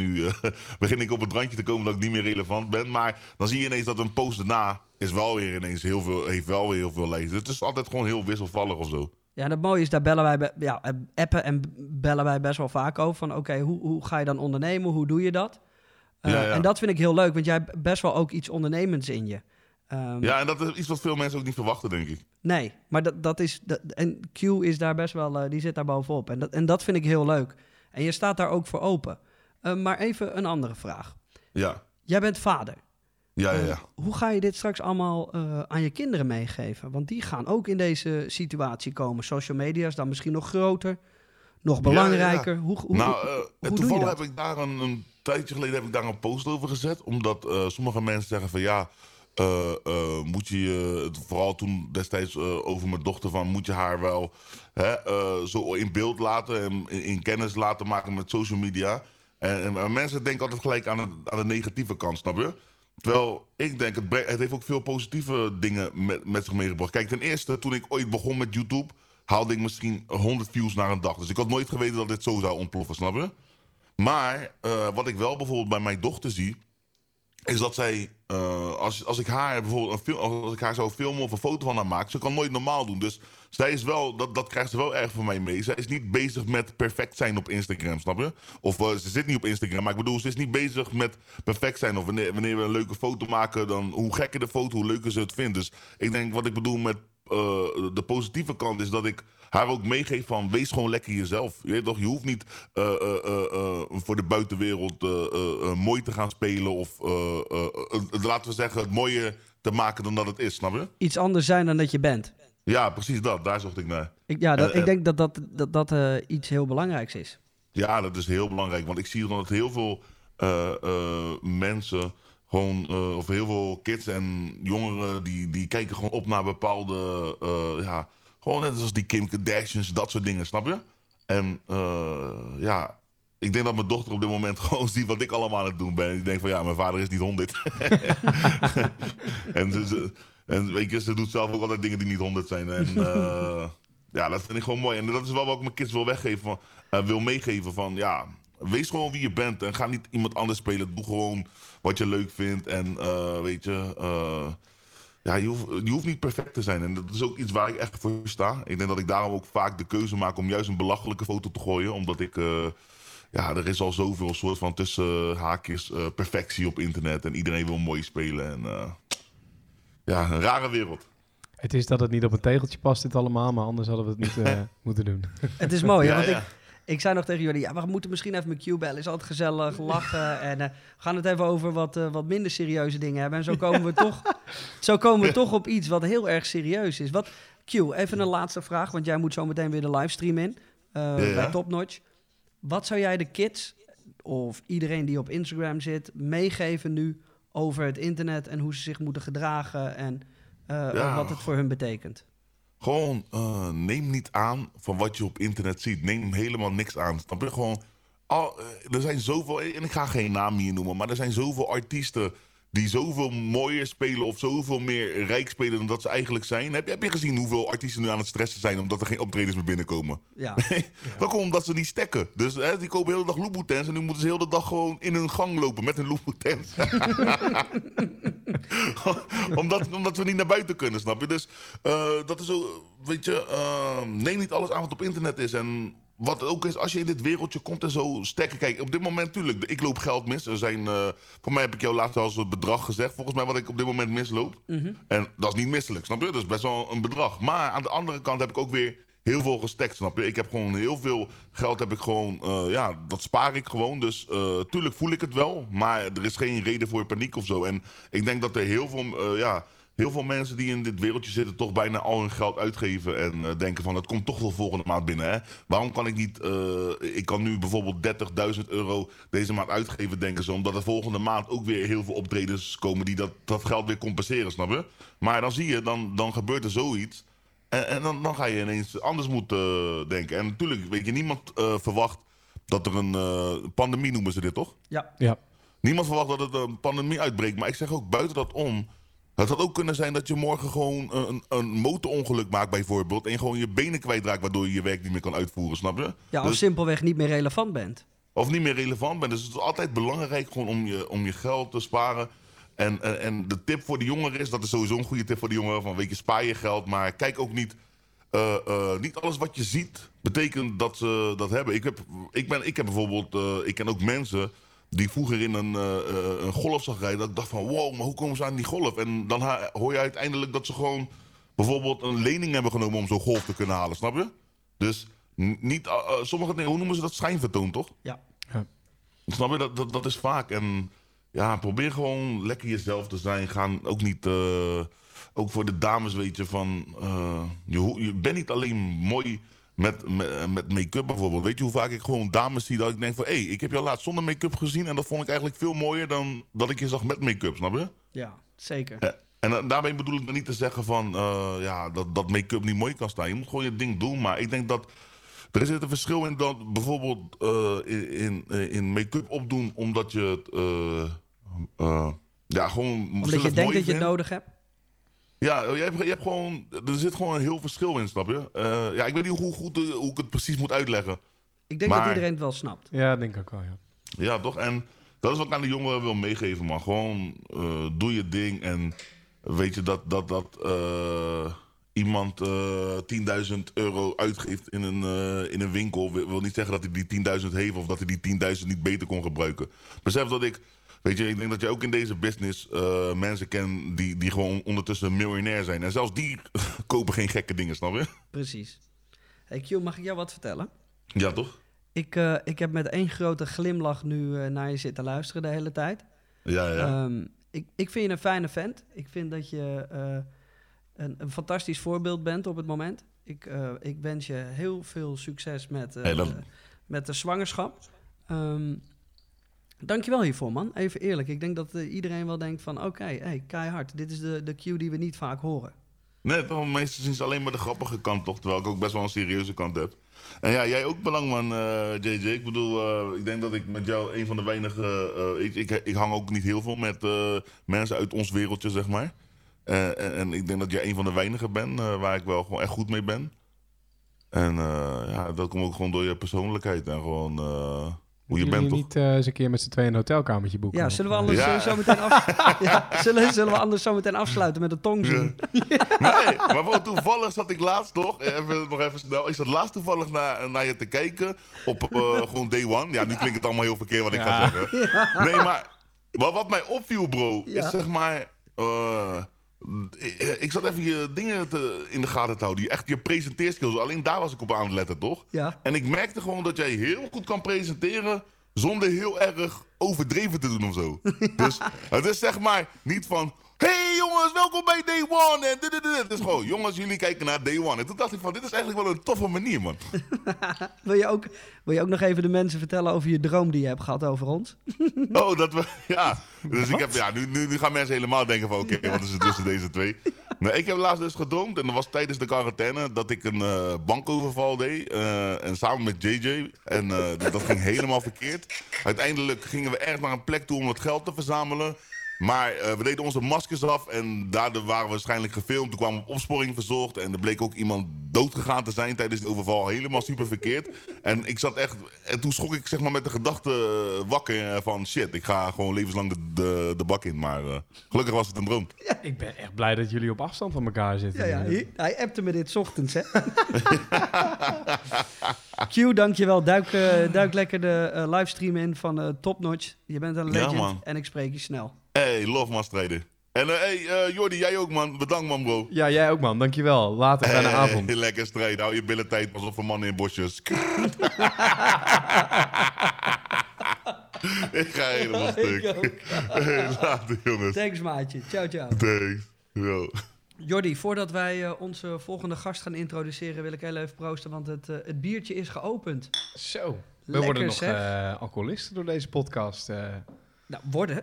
[SPEAKER 6] ik op het randje te komen dat ik niet meer relevant ben. Maar dan zie je ineens dat een post daarna heeft wel weer heel veel likes. Het is altijd gewoon heel wisselvallig of zo.
[SPEAKER 1] Ja, dat mooie is, daar bellen wij, appen en bellen wij best wel vaak over. Van oké, hoe ga je dan ondernemen? Hoe doe je dat? En dat vind ik heel leuk, want jij hebt best wel ook iets ondernemends in je.
[SPEAKER 6] Ja, en dat is iets wat veel mensen ook niet verwachten, denk ik.
[SPEAKER 1] Nee, maar dat is... en Q is daar best wel... die zit daar bovenop. En dat vind ik heel leuk. En je staat daar ook voor open. Maar even een andere vraag.
[SPEAKER 6] Ja.
[SPEAKER 1] Jij bent vader.
[SPEAKER 6] Ja.
[SPEAKER 1] Hoe ga je dit straks allemaal aan je kinderen meegeven? Want die gaan ook in deze situatie komen. Social media is dan misschien nog groter, nog belangrijker.
[SPEAKER 6] Ja.
[SPEAKER 1] Hoe doe je
[SPEAKER 6] Toevallig
[SPEAKER 1] dat?
[SPEAKER 6] heb ik daar een tijdje geleden een post over gezet. Omdat sommige mensen zeggen van ja... moet je vooral toen destijds over mijn dochter van... moet je haar wel zo in beeld laten en in kennis laten maken met social media. En mensen denken altijd gelijk aan de negatieve kant, snap je? Terwijl ik denk, het heeft ook veel positieve dingen met zich meegebracht. Kijk, ten eerste, toen ik ooit begon met YouTube... haalde ik misschien 100 views naar een dag. Dus ik had nooit geweten dat dit zo zou ontploffen, snap je? Maar wat ik wel bijvoorbeeld bij mijn dochter zie... is dat zij, als ik haar bijvoorbeeld als ik haar zou filmen of een foto van haar maak... ze kan nooit normaal doen. Dus zij is wel, dat krijgt ze wel erg van mij mee. Zij is niet bezig met perfect zijn op Instagram, snap je? Of ze zit niet op Instagram, maar ik bedoel, ze is niet bezig met perfect zijn. Of wanneer we een leuke foto maken, dan hoe gekker de foto, hoe leuker ze het vindt. Dus ik denk, wat ik bedoel met de positieve kant is dat ik haar ook meegeef van wees gewoon lekker jezelf. Je weet toch, je hoeft niet voor de buitenwereld mooi te gaan spelen of laten we zeggen het mooier te maken dan dat het is, snap je?
[SPEAKER 1] Iets anders zijn dan dat je bent.
[SPEAKER 6] Ja, precies dat. Daar zocht ik naar.
[SPEAKER 1] Ik denk dat iets heel belangrijks is.
[SPEAKER 6] Ja, dat is heel belangrijk. Want ik zie dat heel veel mensen... gewoon, of heel veel kids en jongeren... die kijken gewoon op naar bepaalde... gewoon net als die Kim Kardashians, dat soort dingen, snap je? En ik denk dat mijn dochter op dit moment gewoon ziet wat ik allemaal aan het doen ben. Ik denk van ja, mijn vader is niet 100. En weet je, ze doet zelf ook altijd dingen die niet 100 zijn. En dat vind ik gewoon mooi. En dat is wel wat ik mijn kids wil meegeven van ja, wees gewoon wie je bent. En ga niet iemand anders spelen. Doe gewoon wat je leuk vindt. En weet je, je hoeft niet perfect te zijn. En dat is ook iets waar ik echt voor sta. Ik denk dat ik daarom ook vaak de keuze maak om juist een belachelijke foto te gooien. Omdat ik... er is al zoveel soort van tussen haakjes perfectie op internet. En iedereen wil mooi spelen. En een rare wereld.
[SPEAKER 5] Het is dat het niet op een tegeltje past dit allemaal, maar anders hadden we het niet moeten doen.
[SPEAKER 1] Het is mooi, want ik zei nog tegen jullie... we moeten misschien even met Q bellen. Is altijd gezellig, lachen. En we gaan het even over wat minder serieuze dingen hebben. En zo komen we toch op iets wat heel erg serieus is. Q, even een laatste vraag, want jij moet zo meteen weer de livestream in. Bij Top Notch. Wat zou jij de kids of iedereen die op Instagram zit meegeven nu over het internet en hoe ze zich moeten gedragen en wat het voor hun betekent?
[SPEAKER 6] Gewoon neem niet aan van wat je op internet ziet. Neem helemaal niks aan. Snap je? Gewoon, er zijn zoveel, en ik ga geen naam hier noemen, maar er zijn zoveel artiesten die zoveel mooier spelen of zoveel meer rijk spelen dan dat ze eigenlijk zijn. Heb je gezien hoeveel artiesten nu aan het stressen zijn omdat er geen optredens meer binnenkomen? Ja. Dat komt omdat ze niet stekken. Dus die kopen de hele dag Louboutins en nu moeten ze de hele dag gewoon in hun gang lopen met hun Louboutins. omdat we niet naar buiten kunnen, snap je? Dus dat is zo, weet je, neem niet alles aan wat op internet is. En wat ook is, als je in dit wereldje komt en zo stekken. Kijk, op dit moment natuurlijk, ik loop geld mis. Er zijn, voor mij heb ik jou laatst al eens het bedrag gezegd. Volgens mij wat ik op dit moment misloop. Mm-hmm. En dat is niet misselijk, snap je? Dat is best wel een bedrag. Maar aan de andere kant heb ik ook weer heel veel gestekt, snap je? Ik heb gewoon heel veel geld, heb ik gewoon, dat spaar ik gewoon. Dus tuurlijk voel ik het wel. Maar er is geen reden voor paniek of zo. En ik denk dat er heel veel mensen die in dit wereldje zitten toch bijna al hun geld uitgeven en denken van het komt toch wel volgende maand binnen. Hè? Waarom kan ik niet, ik kan nu bijvoorbeeld €30.000 deze maand uitgeven, denken ze. Omdat er volgende maand ook weer heel veel optredens komen die dat geld weer compenseren, snap je? Maar dan zie je, dan gebeurt er zoiets. En dan ga je ineens anders moeten denken. En natuurlijk, weet je, niemand verwacht dat er een pandemie, noemen ze dit toch?
[SPEAKER 5] Ja.
[SPEAKER 6] Niemand verwacht dat het een pandemie uitbreekt. Maar ik zeg ook buiten dat om. Het had ook kunnen zijn dat je morgen gewoon een motorongeluk maakt bijvoorbeeld. En je gewoon je benen kwijtraakt waardoor je je werk niet meer kan uitvoeren, snap je?
[SPEAKER 1] Ja, of simpelweg niet meer relevant bent.
[SPEAKER 6] Of niet meer relevant bent. Dus het is altijd belangrijk gewoon om je geld te sparen. En de tip voor de jongeren is, dat is sowieso een goede tip voor de jongeren. Van weet je, spaar je geld, maar kijk ook niet niet alles wat je ziet betekent dat ze dat hebben. Ik heb bijvoorbeeld, ik ken ook mensen die vroeger in een golf zag rijden. Dat ik dacht van, wow, maar hoe komen ze aan die golf? En dan hoor je uiteindelijk dat ze gewoon bijvoorbeeld een lening hebben genomen om zo'n golf te kunnen halen, snap je? Dus niet, sommige dingen, hoe noemen ze dat? Schijnvertoon, toch?
[SPEAKER 1] Ja.
[SPEAKER 6] Snap je? Dat is vaak. En ja, probeer gewoon lekker jezelf te zijn. Gaan ook niet... ook voor de dames weet je van... je bent niet alleen mooi met make-up bijvoorbeeld. Weet je hoe vaak ik gewoon dames zie dat ik denk van... Hé, ik heb jou laatst zonder make-up gezien... en dat vond ik eigenlijk veel mooier dan dat ik je zag met make-up, snap je?
[SPEAKER 1] Ja, zeker.
[SPEAKER 6] En daarmee bedoel ik niet te zeggen van... dat make-up niet mooi kan staan. Je moet gewoon je ding doen. Maar ik denk dat... Er zit een verschil in dat bijvoorbeeld in make-up opdoen... omdat je het... gewoon...
[SPEAKER 1] Omdat je denkt dat je het nodig hebt?
[SPEAKER 6] Ja, je hebt gewoon... Er zit gewoon een heel verschil in, snap je? Ik weet niet hoe ik het precies moet uitleggen.
[SPEAKER 1] Ik denk dat iedereen het wel snapt.
[SPEAKER 5] Ja, denk ik ook wel, ja.
[SPEAKER 6] Ja, toch? En dat is wat ik aan de jongeren wil meegeven, man. Gewoon doe je ding en weet je dat iemand 10.000 euro uitgeeft in een winkel... wil niet zeggen dat hij die 10.000 heeft of dat hij die 10.000 niet beter kon gebruiken. Besef dat ik... Weet je, ik denk dat je ook in deze business mensen kent die gewoon ondertussen miljonair zijn. En zelfs die kopen geen gekke dingen, snap je?
[SPEAKER 1] Precies. Hey Q, mag ik jou wat vertellen?
[SPEAKER 6] Ja, toch?
[SPEAKER 1] Ik heb met één grote glimlach nu naar je zitten luisteren de hele tijd.
[SPEAKER 6] Ja.
[SPEAKER 1] Ik vind je een fijne vent. Ik vind dat je een fantastisch voorbeeld bent op het moment. Ik wens je heel veel succes met de zwangerschap. Dankjewel hiervoor, man. Even eerlijk. Ik denk dat iedereen wel denkt van... Oké, keihard. Dit is de Q die we niet vaak horen.
[SPEAKER 6] Nee, toch, meestal zien ze alleen maar de grappige kant, toch? Terwijl ik ook best wel een serieuze kant heb. En ja, jij ook belang, man, JJ. Ik bedoel, ik denk dat ik met jou een van de weinige... Ik hang ook niet heel veel met mensen uit ons wereldje, zeg maar. En ik denk dat jij een van de weinigen bent waar ik wel gewoon echt goed mee ben. En dat komt ook gewoon door je persoonlijkheid en gewoon... hoe je bent, toch?
[SPEAKER 5] Niet eens een keer met z'n tweeën een hotelkamertje boeken?
[SPEAKER 1] Ja, zullen we anders zo meteen zullen we anders zo meteen afsluiten met een tongzoen?
[SPEAKER 6] Nee, maar toevallig zat ik laatst toch, nog even snel, ik zat laatst toevallig naar je te kijken op gewoon day one. Ja, nu klinkt het allemaal heel verkeerd wat ik ga zeggen. Ja. Nee, maar wat mij opviel, bro, is zeg maar... ik zat even je dingen in de gaten te houden. Echt je presenteerskills. Alleen daar was ik op aan het letten, toch? Ja. En ik merkte gewoon dat jij heel goed kan presenteren... zonder heel erg overdreven te doen of zo. Dus het is zeg maar niet van... Hey jongens, welkom bij Day One. En dit. Het is gewoon, jongens, jullie kijken naar Day One. En toen dacht ik van, dit is eigenlijk wel een toffe manier, man.
[SPEAKER 1] Wil je ook nog even de mensen vertellen over je droom die je hebt gehad over ons?
[SPEAKER 6] Dus ik heb, nu gaan mensen helemaal denken van, oké, wat is er tussen deze twee? Nee, ik heb laatst dus gedroomd, en dat was tijdens de quarantaine, dat ik een bankoverval deed. En samen met JJ. En dat ging helemaal verkeerd. Uiteindelijk gingen we ergens naar een plek toe om het geld te verzamelen. Maar we deden onze maskers af en daardoor waren we waarschijnlijk gefilmd. Toen kwam op opsporing verzocht en er bleek ook iemand doodgegaan te zijn tijdens de overval. Helemaal super verkeerd. En ik zat echt... En toen schrok ik zeg maar met de gedachte wakker van shit, ik ga gewoon levenslang de bak in. Maar gelukkig was het een droom.
[SPEAKER 5] Ja, ik ben echt blij dat jullie op afstand van elkaar zitten.
[SPEAKER 1] Ja, hij appte me dit 's ochtends, hè. Q, dankjewel. Duik lekker de livestream in van Top Notch. Je bent een legend en ik spreek je snel.
[SPEAKER 6] Hey, love man, strijden. En Jordi, jij ook man. Bedankt man, bro.
[SPEAKER 5] Ja, jij ook man. Dankjewel. Later fijne avond.
[SPEAKER 6] Lekker strijden. Hou je billen tijd. Pas op voor mannen in bosjes. Ik ga helemaal stuk. Later jongens.
[SPEAKER 1] Thanks maatje. Ciao.
[SPEAKER 6] Thanks. Yo.
[SPEAKER 1] Jordi, voordat wij onze volgende gast gaan introduceren, wil ik heel even proosten, want het biertje is geopend.
[SPEAKER 5] Zo. We worden nog alcoholisten door deze podcast.
[SPEAKER 1] Nou, worden.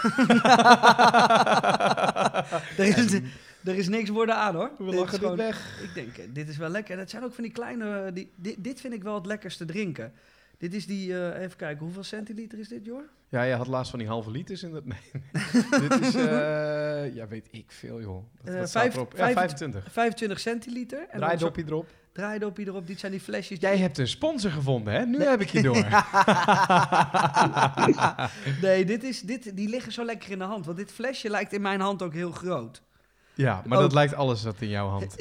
[SPEAKER 1] er is niks worden aan, hoor.
[SPEAKER 5] We lachen dit weg.
[SPEAKER 1] Ik denk, dit is wel lekker. Dat zijn ook van die kleine... Dit vind ik wel het lekkerste drinken. Dit is die... even kijken, hoeveel centiliter is dit, Jor?
[SPEAKER 5] Ja, je had laatst van die halve liters in dat... Nee. Dit is... weet ik veel, joh. Dat staat erop. 25.
[SPEAKER 1] 25 centiliter.
[SPEAKER 5] Draaidoppie erop.
[SPEAKER 1] Draaidoppie erop. Dit zijn die flesjes...
[SPEAKER 5] Jij hebt een sponsor gevonden, hè? Nu heb ik je door.
[SPEAKER 1] Nee, die liggen zo lekker in de hand. Want dit flesje lijkt in mijn hand ook heel groot.
[SPEAKER 5] Ja, maar dat lijkt alles wat in jouw hand.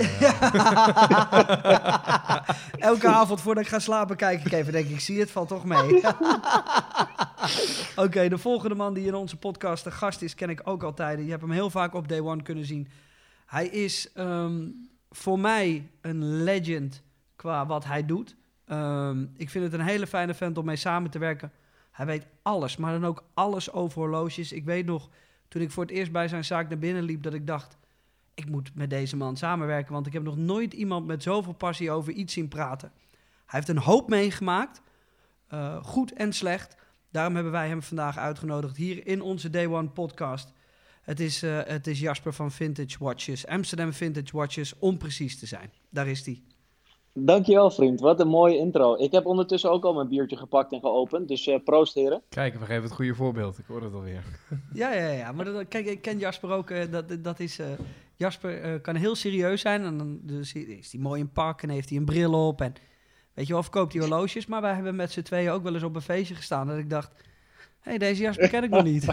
[SPEAKER 1] Elke avond voordat ik ga slapen kijk ik even, denk ik, zie het, valt toch mee. Oké, de volgende man die in onze podcast de gast is, ken ik ook altijd. Je hebt hem heel vaak op Day One kunnen zien. Hij is voor mij een legend qua wat hij doet. Ik vind het een hele fijne vent om mee samen te werken. Hij weet alles, maar dan ook alles over horloges. Ik weet nog, toen ik voor het eerst bij zijn zaak naar binnen liep, dat ik dacht, ik moet met deze man samenwerken, want ik heb nog nooit iemand met zoveel passie over iets zien praten. Hij heeft een hoop meegemaakt, goed en slecht. Daarom hebben wij hem vandaag uitgenodigd hier in onze Day One podcast. Het is Jasper van Vintage Watches, Amsterdam Vintage Watches, om precies te zijn. Daar is hij.
[SPEAKER 7] Dankjewel vriend, wat een mooie intro. Ik heb ondertussen ook al mijn biertje gepakt en geopend, dus proost heren.
[SPEAKER 5] Kijk, we geven het goede voorbeeld. Ik hoor het alweer.
[SPEAKER 1] Ja. Maar kijk, ik ken Jasper ook. Jasper kan heel serieus zijn. En dan is hij mooi in pak en heeft hij een bril op. En weet je wel, verkoopt hij horloges. Maar wij hebben met z'n tweeën ook wel eens op een feestje gestaan. Dat ik dacht, hé, deze Jasper ken ik nog niet.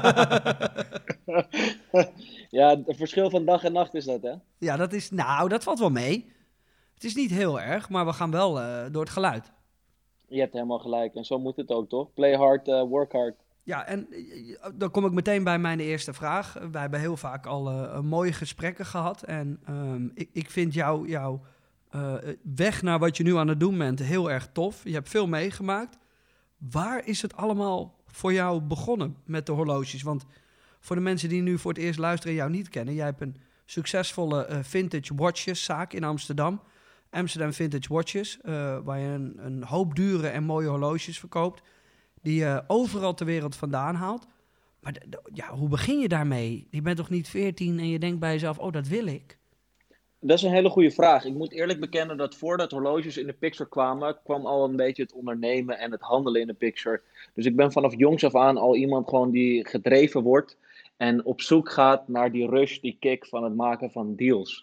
[SPEAKER 7] Ja, het verschil van dag en nacht is dat, hè?
[SPEAKER 1] Ja, dat valt wel mee. Het is niet heel erg, maar we gaan wel door het geluid.
[SPEAKER 7] Je hebt helemaal gelijk en zo moet het ook, toch? Play hard, work hard.
[SPEAKER 1] Ja, en dan kom ik meteen bij mijn eerste vraag. Wij hebben heel vaak al mooie gesprekken gehad. En ik vind jouw weg naar wat je nu aan het doen bent heel erg tof. Je hebt veel meegemaakt. Waar is het allemaal voor jou begonnen met de horloges? Want voor de mensen die nu voor het eerst luisteren en jou niet kennen, jij hebt een succesvolle vintage watcheszaak in Amsterdam. Amsterdam Vintage Watches, waar je een hoop dure en mooie horloges verkoopt, die je overal ter wereld vandaan haalt. Maar hoe begin je daarmee? Je bent toch niet 14 en je denkt bij jezelf, oh, dat wil ik?
[SPEAKER 7] Dat is een hele goede vraag. Ik moet eerlijk bekennen dat voordat horloges in de picture kwamen, kwam al een beetje het ondernemen en het handelen in de picture. Dus ik ben vanaf jongs af aan al iemand gewoon die gedreven wordt en op zoek gaat naar die rush, die kick van het maken van deals.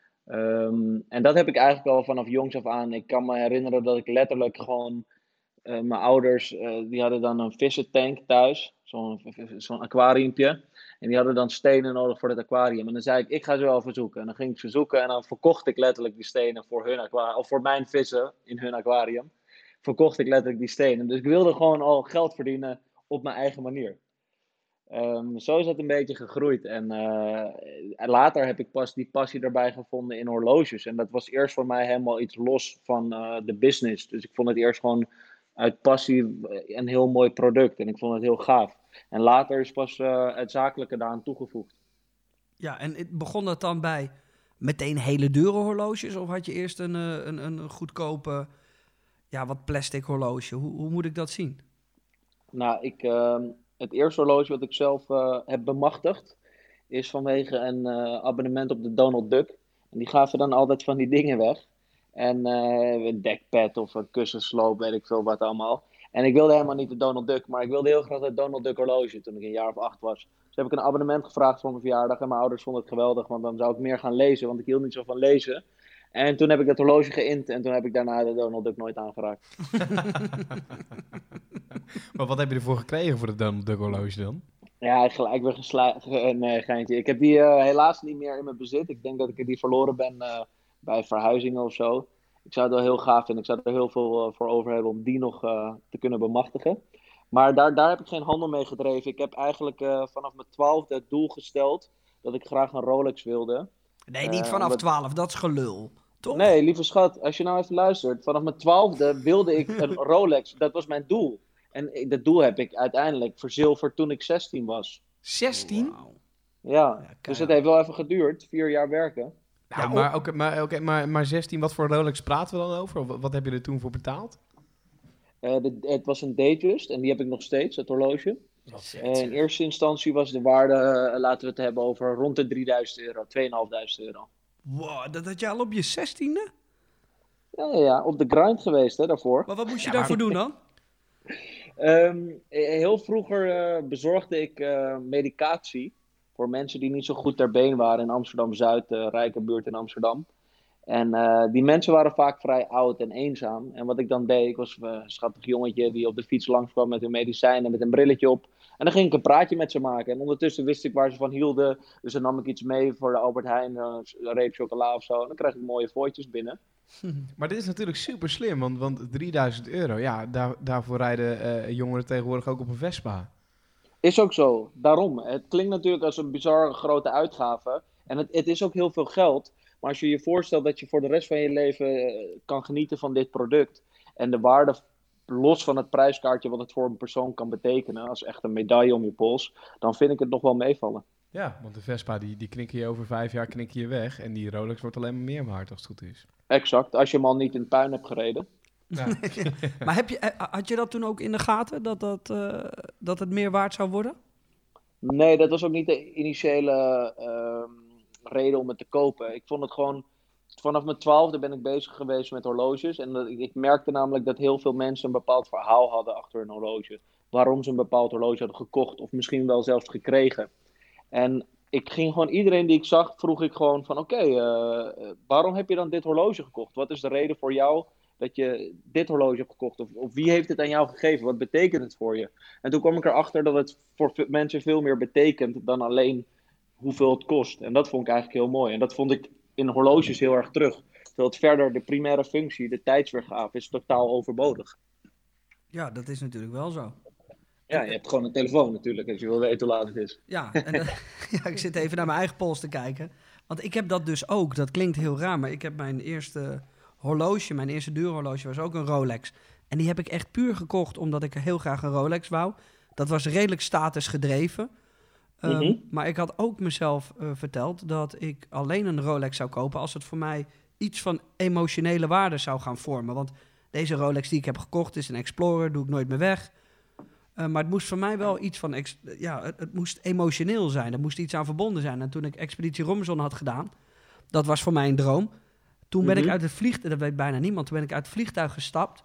[SPEAKER 7] En dat heb ik eigenlijk al vanaf jongs af aan. Ik kan me herinneren dat ik letterlijk gewoon, mijn ouders, die hadden dan een vissentank thuis, zo'n aquariumpje. En die hadden dan stenen nodig voor het aquarium. En dan zei ik ga ze wel even zoeken. En dan ging ik ze zoeken en dan verkocht ik letterlijk die stenen voor hun aquarium, of voor mijn vissen in hun aquarium. Verkocht ik letterlijk die stenen. Dus ik wilde gewoon al geld verdienen op mijn eigen manier. Zo is dat een beetje gegroeid. En later heb ik pas die passie erbij gevonden in horloges. En dat was eerst voor mij helemaal iets los van de business. Dus ik vond het eerst gewoon uit passie een heel mooi product. En ik vond het heel gaaf. En later is pas het zakelijke daaraan toegevoegd.
[SPEAKER 1] Ja, en begon dat dan bij meteen hele dure horloges? Of had je eerst een goedkope, wat plastic horloge? Hoe moet ik dat zien?
[SPEAKER 7] Nou, het eerste horloge wat ik zelf heb bemachtigd is vanwege een abonnement op de Donald Duck. En die gaven dan altijd van die dingen weg. En een dekpad of een kussensloop, weet ik veel wat allemaal. En ik wilde helemaal niet de Donald Duck, maar ik wilde heel graag het Donald Duck horloge toen ik een jaar of 8 was. Dus heb ik een abonnement gevraagd voor mijn verjaardag en mijn ouders vonden het geweldig, want dan zou ik meer gaan lezen, want ik hield niet zo van lezen. En toen heb ik het horloge geïnt en toen heb ik daarna de Donald Duck nooit aangeraakt.
[SPEAKER 5] Maar wat heb je ervoor gekregen voor de Donald Duck horloge dan?
[SPEAKER 7] Ja, gelijk weer geslagen. Nee, geintje. Ik heb die helaas niet meer in mijn bezit. Ik denk dat ik die verloren ben bij verhuizingen of zo. Ik zou het wel heel gaaf vinden. Ik zou er heel veel voor over hebben om die nog te kunnen bemachtigen. Maar daar heb ik geen handel mee gedreven. Ik heb eigenlijk vanaf mijn 12e het doel gesteld dat ik graag een Rolex wilde.
[SPEAKER 1] Nee, niet vanaf 12, dat is gelul. Toch?
[SPEAKER 7] Nee, lieve schat, als je nou even luistert. Vanaf mijn 12e wilde ik een Rolex. Dat was mijn doel. En dat doel heb ik uiteindelijk verzilverd toen ik 16 was.
[SPEAKER 1] 16?
[SPEAKER 7] Wow. Ja, dus het heeft wel even geduurd. 4 jaar werken.
[SPEAKER 5] Ja, maar 16, wat voor Rolex praten we dan over? Wat heb je er toen voor betaald?
[SPEAKER 7] Het was een Datejust en die heb ik nog steeds, het horloge. In eerste instantie was de waarde, laten we het hebben over rond de €3.000, €2.500.
[SPEAKER 1] Wow, dat had je al op je 16e?
[SPEAKER 7] Ja, op de grind geweest hè, daarvoor.
[SPEAKER 1] Maar wat moest je daarvoor doen dan?
[SPEAKER 7] Heel vroeger bezorgde ik medicatie voor mensen die niet zo goed ter been waren in Amsterdam-Zuid, rijke buurt in Amsterdam. En die mensen waren vaak vrij oud en eenzaam. En wat ik dan deed, ik was een schattig jongetje die op de fiets langskwam met hun medicijnen, met een brilletje op. En dan ging ik een praatje met ze maken. En ondertussen wist ik waar ze van hielden. Dus dan nam ik iets mee voor de Albert Heijn, een reep chocola of zo. En dan kreeg ik mooie fooitjes binnen.
[SPEAKER 5] Maar dit is natuurlijk super slim, want €3000, ja, daarvoor rijden jongeren tegenwoordig ook op een Vespa.
[SPEAKER 7] Is ook zo, daarom. Het klinkt natuurlijk als een bizarre grote uitgave. En het is ook heel veel geld. Maar als je je voorstelt dat je voor de rest van je leven kan genieten van dit product. En de waarde, los van het prijskaartje wat het voor een persoon kan betekenen. Als echt een medaille om je pols. Dan vind ik het nog wel meevallen.
[SPEAKER 5] Ja, want de Vespa die knik je over 5 jaar knik je weg. En die Rolex wordt alleen maar meer waard als het goed is.
[SPEAKER 7] Exact, als je hem al niet in het puin hebt gereden.
[SPEAKER 5] Ja.
[SPEAKER 1] Maar had je dat toen ook in de gaten, dat het meer waard zou worden?
[SPEAKER 7] Nee, dat was ook niet de initiële reden om het te kopen. Ik vond het gewoon... Vanaf mijn 12e ben ik bezig geweest met horloges. En ik merkte namelijk dat heel veel mensen een bepaald verhaal hadden achter een horloge. Waarom ze een bepaald horloge hadden gekocht of misschien wel zelfs gekregen. En ik ging gewoon, iedereen die ik zag, vroeg ik gewoon van oké, waarom heb je dan dit horloge gekocht? Wat is de reden voor jou dat je dit horloge hebt gekocht? Of wie heeft het aan jou gegeven? Wat betekent het voor je? En toen kwam ik erachter dat het voor mensen veel meer betekent dan alleen hoeveel het kost. En dat vond ik eigenlijk heel mooi. En dat vond ik in horloges heel erg terug. Terwijl het verder, de primaire functie, de tijdsweergave, is totaal overbodig.
[SPEAKER 1] Ja, dat is natuurlijk wel zo.
[SPEAKER 7] Ja, je hebt gewoon een telefoon natuurlijk, als je wil weten hoe laat het is.
[SPEAKER 1] Ja, en, ja, ik zit even naar mijn eigen pols te kijken. Want ik heb dat dus ook. Dat klinkt heel raar, maar ik heb mijn eerste horloge, mijn eerste duurhorloge was ook een Rolex. En die heb ik echt puur gekocht omdat ik heel graag een Rolex wou. Dat was redelijk statusgedreven. Maar ik had ook mezelf verteld dat ik alleen een Rolex zou kopen als het voor mij iets van emotionele waarde zou gaan vormen. Want deze Rolex die ik heb gekocht is een Explorer, doe ik nooit meer weg. Maar het moest voor mij wel iets van... het moest emotioneel zijn. Er moest iets aan verbonden zijn. En toen ik Expeditie Robinson had gedaan... Dat was voor mij een droom. Toen ben ik uit het vliegtuig... Dat weet bijna niemand. Toen ben ik uit het vliegtuig gestapt.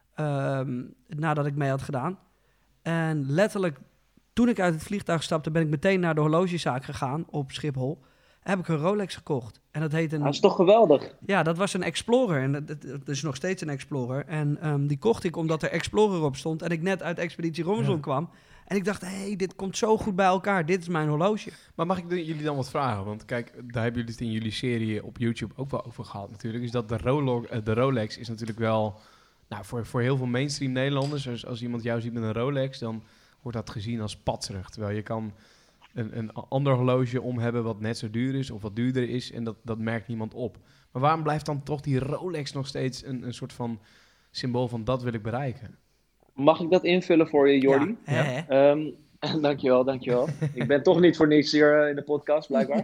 [SPEAKER 1] Nadat ik mee had gedaan. En letterlijk... Toen ik uit het vliegtuig stapte... ben ik meteen naar de horlogezaak gegaan op Schiphol. Heb ik een Rolex gekocht. En dat heet een...
[SPEAKER 7] Dat is toch geweldig?
[SPEAKER 1] Ja, dat was een Explorer. En dat is nog steeds een Explorer. En die kocht ik omdat er Explorer op stond. En ik net uit Expeditie Robinson kwam. En ik dacht, dit komt zo goed bij elkaar. Dit is mijn horloge.
[SPEAKER 5] Maar mag ik jullie dan wat vragen? Want kijk, daar hebben jullie het in jullie serie op YouTube ook wel over gehad natuurlijk. Is dat de Rolex is natuurlijk wel... Nou, voor heel veel mainstream Nederlanders... Dus als iemand jou ziet met een Rolex... dan wordt dat gezien als patserig. Terwijl je kan... Een ander horloge om hebben wat net zo duur is of wat duurder is en dat merkt niemand op. Maar waarom blijft dan toch die Rolex nog steeds een soort van symbool van dat wil ik bereiken?
[SPEAKER 7] Mag ik dat invullen voor je, Jordi?
[SPEAKER 1] Ja,
[SPEAKER 7] Dankjewel. Ik ben toch niet voor niets hier in de podcast, blijkbaar.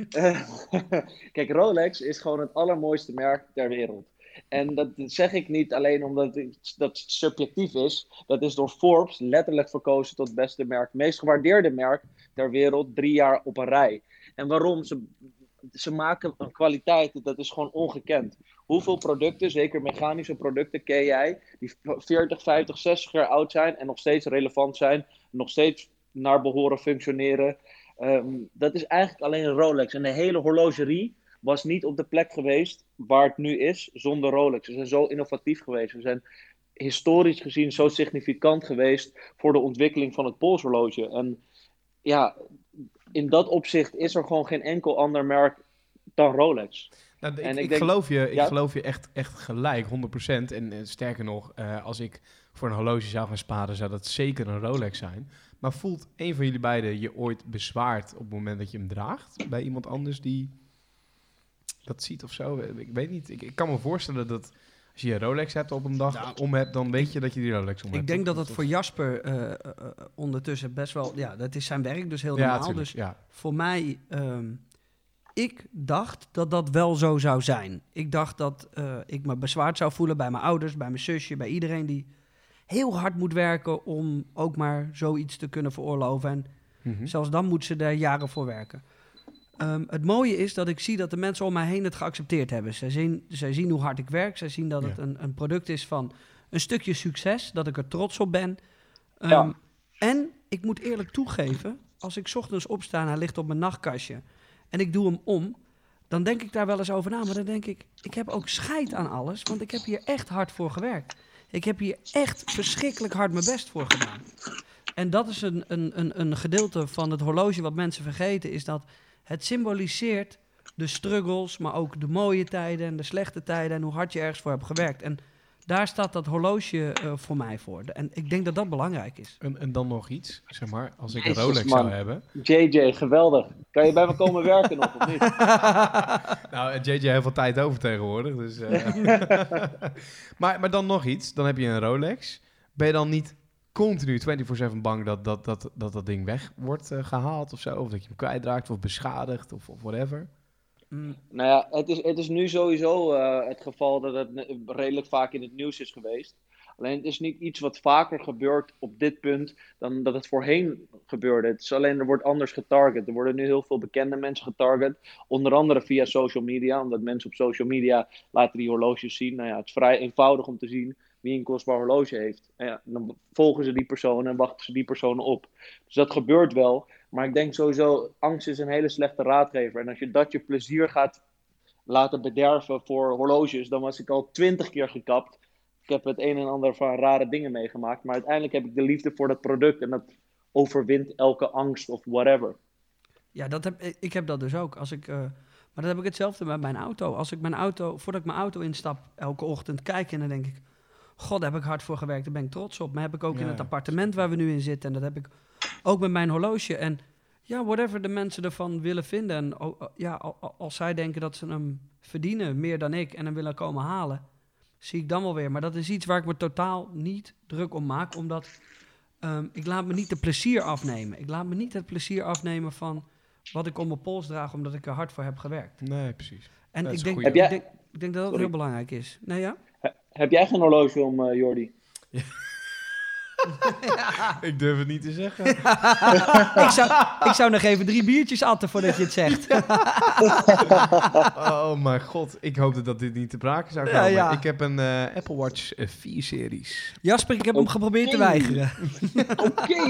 [SPEAKER 7] Kijk, Rolex is gewoon het allermooiste merk ter wereld. En dat zeg ik niet alleen omdat dat subjectief is. Dat is door Forbes letterlijk verkozen tot het beste merk. Meest gewaardeerde merk ter wereld 3 jaar op een rij. En waarom? Ze maken een kwaliteit, dat is gewoon ongekend. Hoeveel producten, zeker mechanische producten, ken jij... die 40, 50, 60 jaar oud zijn en nog steeds relevant zijn... nog steeds naar behoren functioneren. Dat is eigenlijk alleen een Rolex. En de hele horlogerie... was niet op de plek geweest waar het nu is zonder Rolex. We zijn zo innovatief geweest. We zijn historisch gezien zo significant geweest voor de ontwikkeling van het polshorloge. En ja, in dat opzicht is er gewoon geen enkel ander merk dan Rolex.
[SPEAKER 5] Nou,
[SPEAKER 7] en
[SPEAKER 5] ik geloof je echt gelijk, 100%. En sterker nog, als ik voor een horloge zou gaan sparen, zou dat zeker een Rolex zijn. Maar voelt een van jullie beiden je ooit bezwaard op het moment dat je hem draagt? Bij iemand anders die... dat ziet of zo. Ik weet niet. Ik kan me voorstellen dat als je een Rolex hebt op een dag om hebt, dan weet je dat je die Rolex om hebt.
[SPEAKER 1] Ik denk dat het voor Jasper ondertussen best wel... Ja, dat is zijn werk, dus heel normaal.
[SPEAKER 5] Tuurlijk,
[SPEAKER 1] dus voor mij... ik dacht dat dat wel zo zou zijn. Ik dacht dat ik me bezwaard zou voelen bij mijn ouders, bij mijn zusje, bij iedereen die heel hard moet werken om ook maar zoiets te kunnen veroorloven. En zelfs dan moet ze daar jaren voor werken. Het mooie is dat ik zie dat de mensen om mij heen het geaccepteerd hebben. Zij zien hoe hard ik werk. Zij zien dat het een product is van een stukje succes. Dat ik er trots op ben. En ik moet eerlijk toegeven, als ik 's ochtends opsta en hij ligt op mijn nachtkastje en ik doe hem om, dan denk ik daar wel eens over na. Maar dan denk ik heb ook scheid aan alles, want ik heb hier echt hard voor gewerkt. Ik heb hier echt verschrikkelijk hard mijn best voor gedaan. En dat is een gedeelte van het horloge wat mensen vergeten, is dat het symboliseert de struggles, maar ook de mooie tijden en de slechte tijden en hoe hard je ergens voor hebt gewerkt. En daar staat dat horloge voor mij voor. En ik denk dat dat belangrijk is.
[SPEAKER 5] En dan nog iets, zeg maar, als ik een
[SPEAKER 7] Jezus,
[SPEAKER 5] Rolex
[SPEAKER 7] man.
[SPEAKER 5] zou hebben.
[SPEAKER 7] JJ, geweldig. Kan je bij me komen werken nog, of niet?
[SPEAKER 5] Nou, JJ heeft veel tijd over tegenwoordig. Dus, maar dan nog iets, dan heb je een Rolex. Ben je dan niet continu 24/7 bang dat ding weg wordt gehaald of zo? Of dat je hem kwijtraakt of beschadigt of whatever?
[SPEAKER 7] Nou ja, het is nu sowieso het geval dat het redelijk vaak in het nieuws is geweest. Alleen het is niet iets wat vaker gebeurt op dit punt dan dat het voorheen gebeurde. Het is alleen, er wordt anders getarget. Er worden nu heel veel bekende mensen getarget. Onder andere via social media, omdat mensen op social media laten die horloges zien. Nou ja, het is vrij eenvoudig om te zien wie een kostbaar horloge heeft. En ja, dan volgen ze die persoon en wachten ze die personen op. Dus dat gebeurt wel. Maar ik denk sowieso, angst is een hele slechte raadgever. En als je dat je plezier gaat laten bederven voor horloges, dan was ik al 20 keer gekapt. Ik heb het een en ander van rare dingen meegemaakt. Maar uiteindelijk heb ik de liefde voor dat product. En dat overwint elke angst of whatever.
[SPEAKER 1] Ja, ik heb dat dus ook. Maar dan heb ik hetzelfde met mijn auto. Voordat ik mijn auto instap, elke ochtend kijk en dan denk ik, god, daar heb ik hard voor gewerkt, daar ben ik trots op. Maar heb ik ook in het appartement waar we nu in zitten. En dat heb ik ook met mijn horloge. En ja, whatever de mensen ervan willen vinden. En als zij denken dat ze hem verdienen, meer dan ik, en hem willen komen halen, zie ik dan wel weer. Maar dat is iets waar ik me totaal niet druk om maak, omdat ik laat me niet de plezier afnemen. Ik laat me niet het plezier afnemen van wat ik om mijn pols draag, omdat ik er hard voor heb gewerkt.
[SPEAKER 5] Nee, precies.
[SPEAKER 1] En
[SPEAKER 5] Dat is
[SPEAKER 1] ik denk,
[SPEAKER 5] goed.
[SPEAKER 1] ik denk dat dat heel belangrijk is. Nee, ja?
[SPEAKER 7] Heb jij geen horloge om, Jordi?
[SPEAKER 5] Ik durf het niet te zeggen.
[SPEAKER 1] ik zou nog even 3 biertjes atten voordat je het zegt.
[SPEAKER 5] Oh mijn god, ik hoopte dat dit niet te sprake zou komen.
[SPEAKER 1] Ja.
[SPEAKER 5] Ik heb een Apple Watch 4-series.
[SPEAKER 1] Jasper, ik heb hem geprobeerd te weigeren.
[SPEAKER 7] Oké.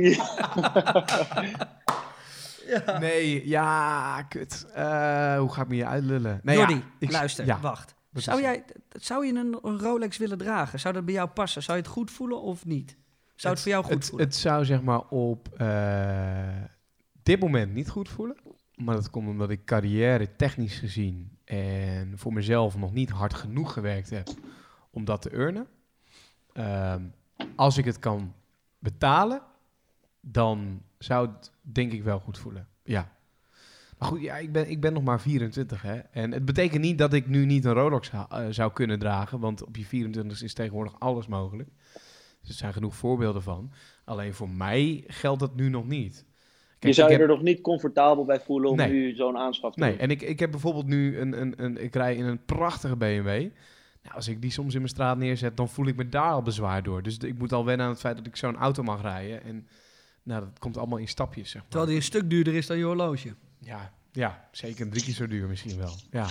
[SPEAKER 1] Ja.
[SPEAKER 5] Nee, ja, kut. Hoe ga ik me hier uitlullen? Nee,
[SPEAKER 1] Jordi,
[SPEAKER 5] ja,
[SPEAKER 1] luister,
[SPEAKER 5] ja.
[SPEAKER 1] wacht.
[SPEAKER 5] Wat
[SPEAKER 1] Zou je een Rolex willen dragen? Zou dat bij jou passen? Zou je het goed voelen of niet? Zou het voor jou goed voelen?
[SPEAKER 5] Het zou zeg maar op dit moment niet goed voelen. Maar dat komt omdat ik carrière technisch gezien en voor mezelf nog niet hard genoeg gewerkt heb om dat te earnen. Als ik het kan betalen, dan zou het denk ik wel goed voelen. Ja. Maar goed, ja, ik ben nog maar 24, hè. En het betekent niet dat ik nu niet een Rolex zou kunnen dragen, want op je 24 is tegenwoordig alles mogelijk. Dus er zijn genoeg voorbeelden van. Alleen voor mij geldt dat nu nog niet. Kijk,
[SPEAKER 7] Je zou je er nog niet comfortabel bij voelen om nu zo'n aanschaf te doen.
[SPEAKER 5] Nee, en ik heb bijvoorbeeld nu ik rij in een prachtige BMW. Nou, als ik die soms in mijn straat neerzet, dan voel ik me daar al bezwaar door. Dus ik moet al wennen aan het feit dat ik zo'n auto mag rijden. En nou, dat komt allemaal in stapjes, zeg maar.
[SPEAKER 1] Terwijl die een stuk duurder is dan je horloge.
[SPEAKER 5] Ja, zeker 3 keer zo duur misschien wel. Ja.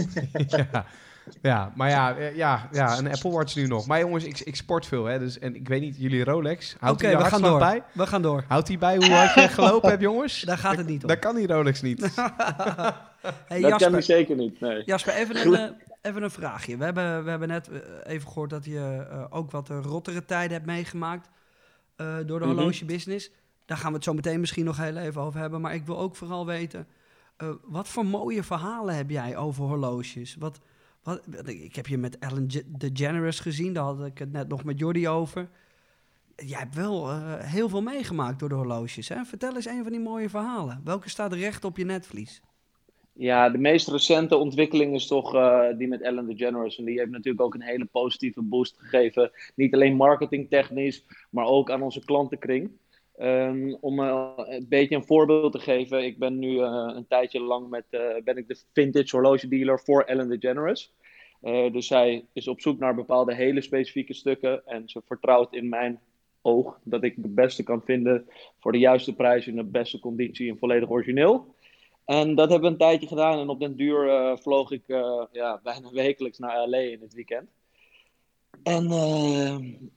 [SPEAKER 5] Ja, maar ja, een Apple Watch nu nog. Maar jongens, ik sport veel, hè. Dus, en ik weet niet, jullie Rolex, houdt die
[SPEAKER 1] we gaan door.
[SPEAKER 5] bij?
[SPEAKER 1] We gaan door.
[SPEAKER 5] Houdt die bij hoe hard je gelopen hebt, jongens?
[SPEAKER 1] Daar gaat het niet om.
[SPEAKER 5] Daar kan die Rolex niet.
[SPEAKER 1] Hey,
[SPEAKER 7] Dat kan
[SPEAKER 1] Jasper,
[SPEAKER 7] ik zeker niet, nee.
[SPEAKER 1] Jasper, even een vraagje. We hebben net even gehoord dat je ook wat rottere tijden hebt meegemaakt door de horlogebusiness. Daar gaan we het zo meteen misschien nog heel even over hebben. Maar ik wil ook vooral weten, wat voor mooie verhalen heb jij over horloges? Ik heb je met Ellen DeGeneres gezien, daar had ik het net nog met Jordi over. Jij hebt wel heel veel meegemaakt door de horloges, hè? Vertel eens een van die mooie verhalen. Welke staat recht op je netvlies?
[SPEAKER 7] Ja, de meest recente ontwikkeling is toch die met Ellen DeGeneres. En die heeft natuurlijk ook een hele positieve boost gegeven. Niet alleen marketingtechnisch, maar ook aan onze klantenkring. Om een beetje een voorbeeld te geven. Ik ben nu een tijdje lang ben ik de vintage horloge dealer voor Ellen DeGeneres. Dus zij is op zoek naar bepaalde hele specifieke stukken. En ze vertrouwt in mijn oog dat ik de beste kan vinden voor de juiste prijs in de beste conditie en volledig origineel. En dat hebben we een tijdje gedaan. En op den duur vloog ik bijna wekelijks naar LA in het weekend. En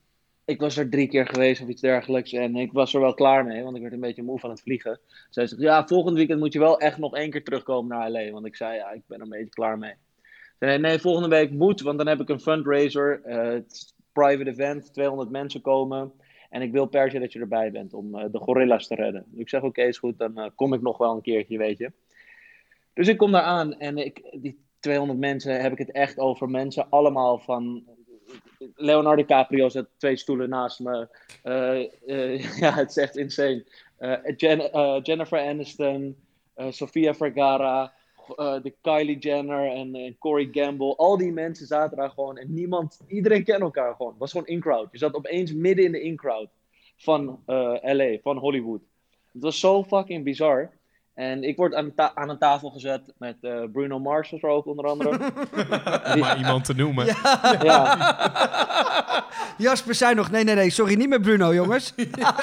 [SPEAKER 7] Ik was er 3 keer geweest of iets dergelijks. En ik was er wel klaar mee, want ik werd een beetje moe van het vliegen. Zij zegt, ja, volgend weekend moet je wel echt nog 1 keer terugkomen naar LA. Want ik zei, ja, ik ben er een beetje klaar mee. Ze zei, nee, volgende week moet, want dan heb ik een fundraiser. Het is een private event, 200 mensen komen. En ik wil per se dat je erbij bent om de gorilla's te redden. Dus ik zeg, oké, is goed, dan kom ik nog wel een keertje, weet je. Dus ik kom daar aan en die 200 mensen heb ik het echt over mensen. Allemaal van... Leonardo DiCaprio zat 2 stoelen naast me. Ja, het is echt insane. Jennifer Aniston, Sofia Vergara, de Kylie Jenner en Corey Gamble. Al die mensen zaten daar gewoon en iedereen kent elkaar gewoon. Het was gewoon in-crowd. Je zat opeens midden in de in-crowd van LA, van Hollywood. Het was zo fucking bizar. En ik word aan een tafel gezet met Bruno Mars er ook onder andere.
[SPEAKER 5] Om maar iemand te noemen.
[SPEAKER 7] Ja.
[SPEAKER 1] Jasper zei nog, nee, sorry, niet met Bruno, jongens.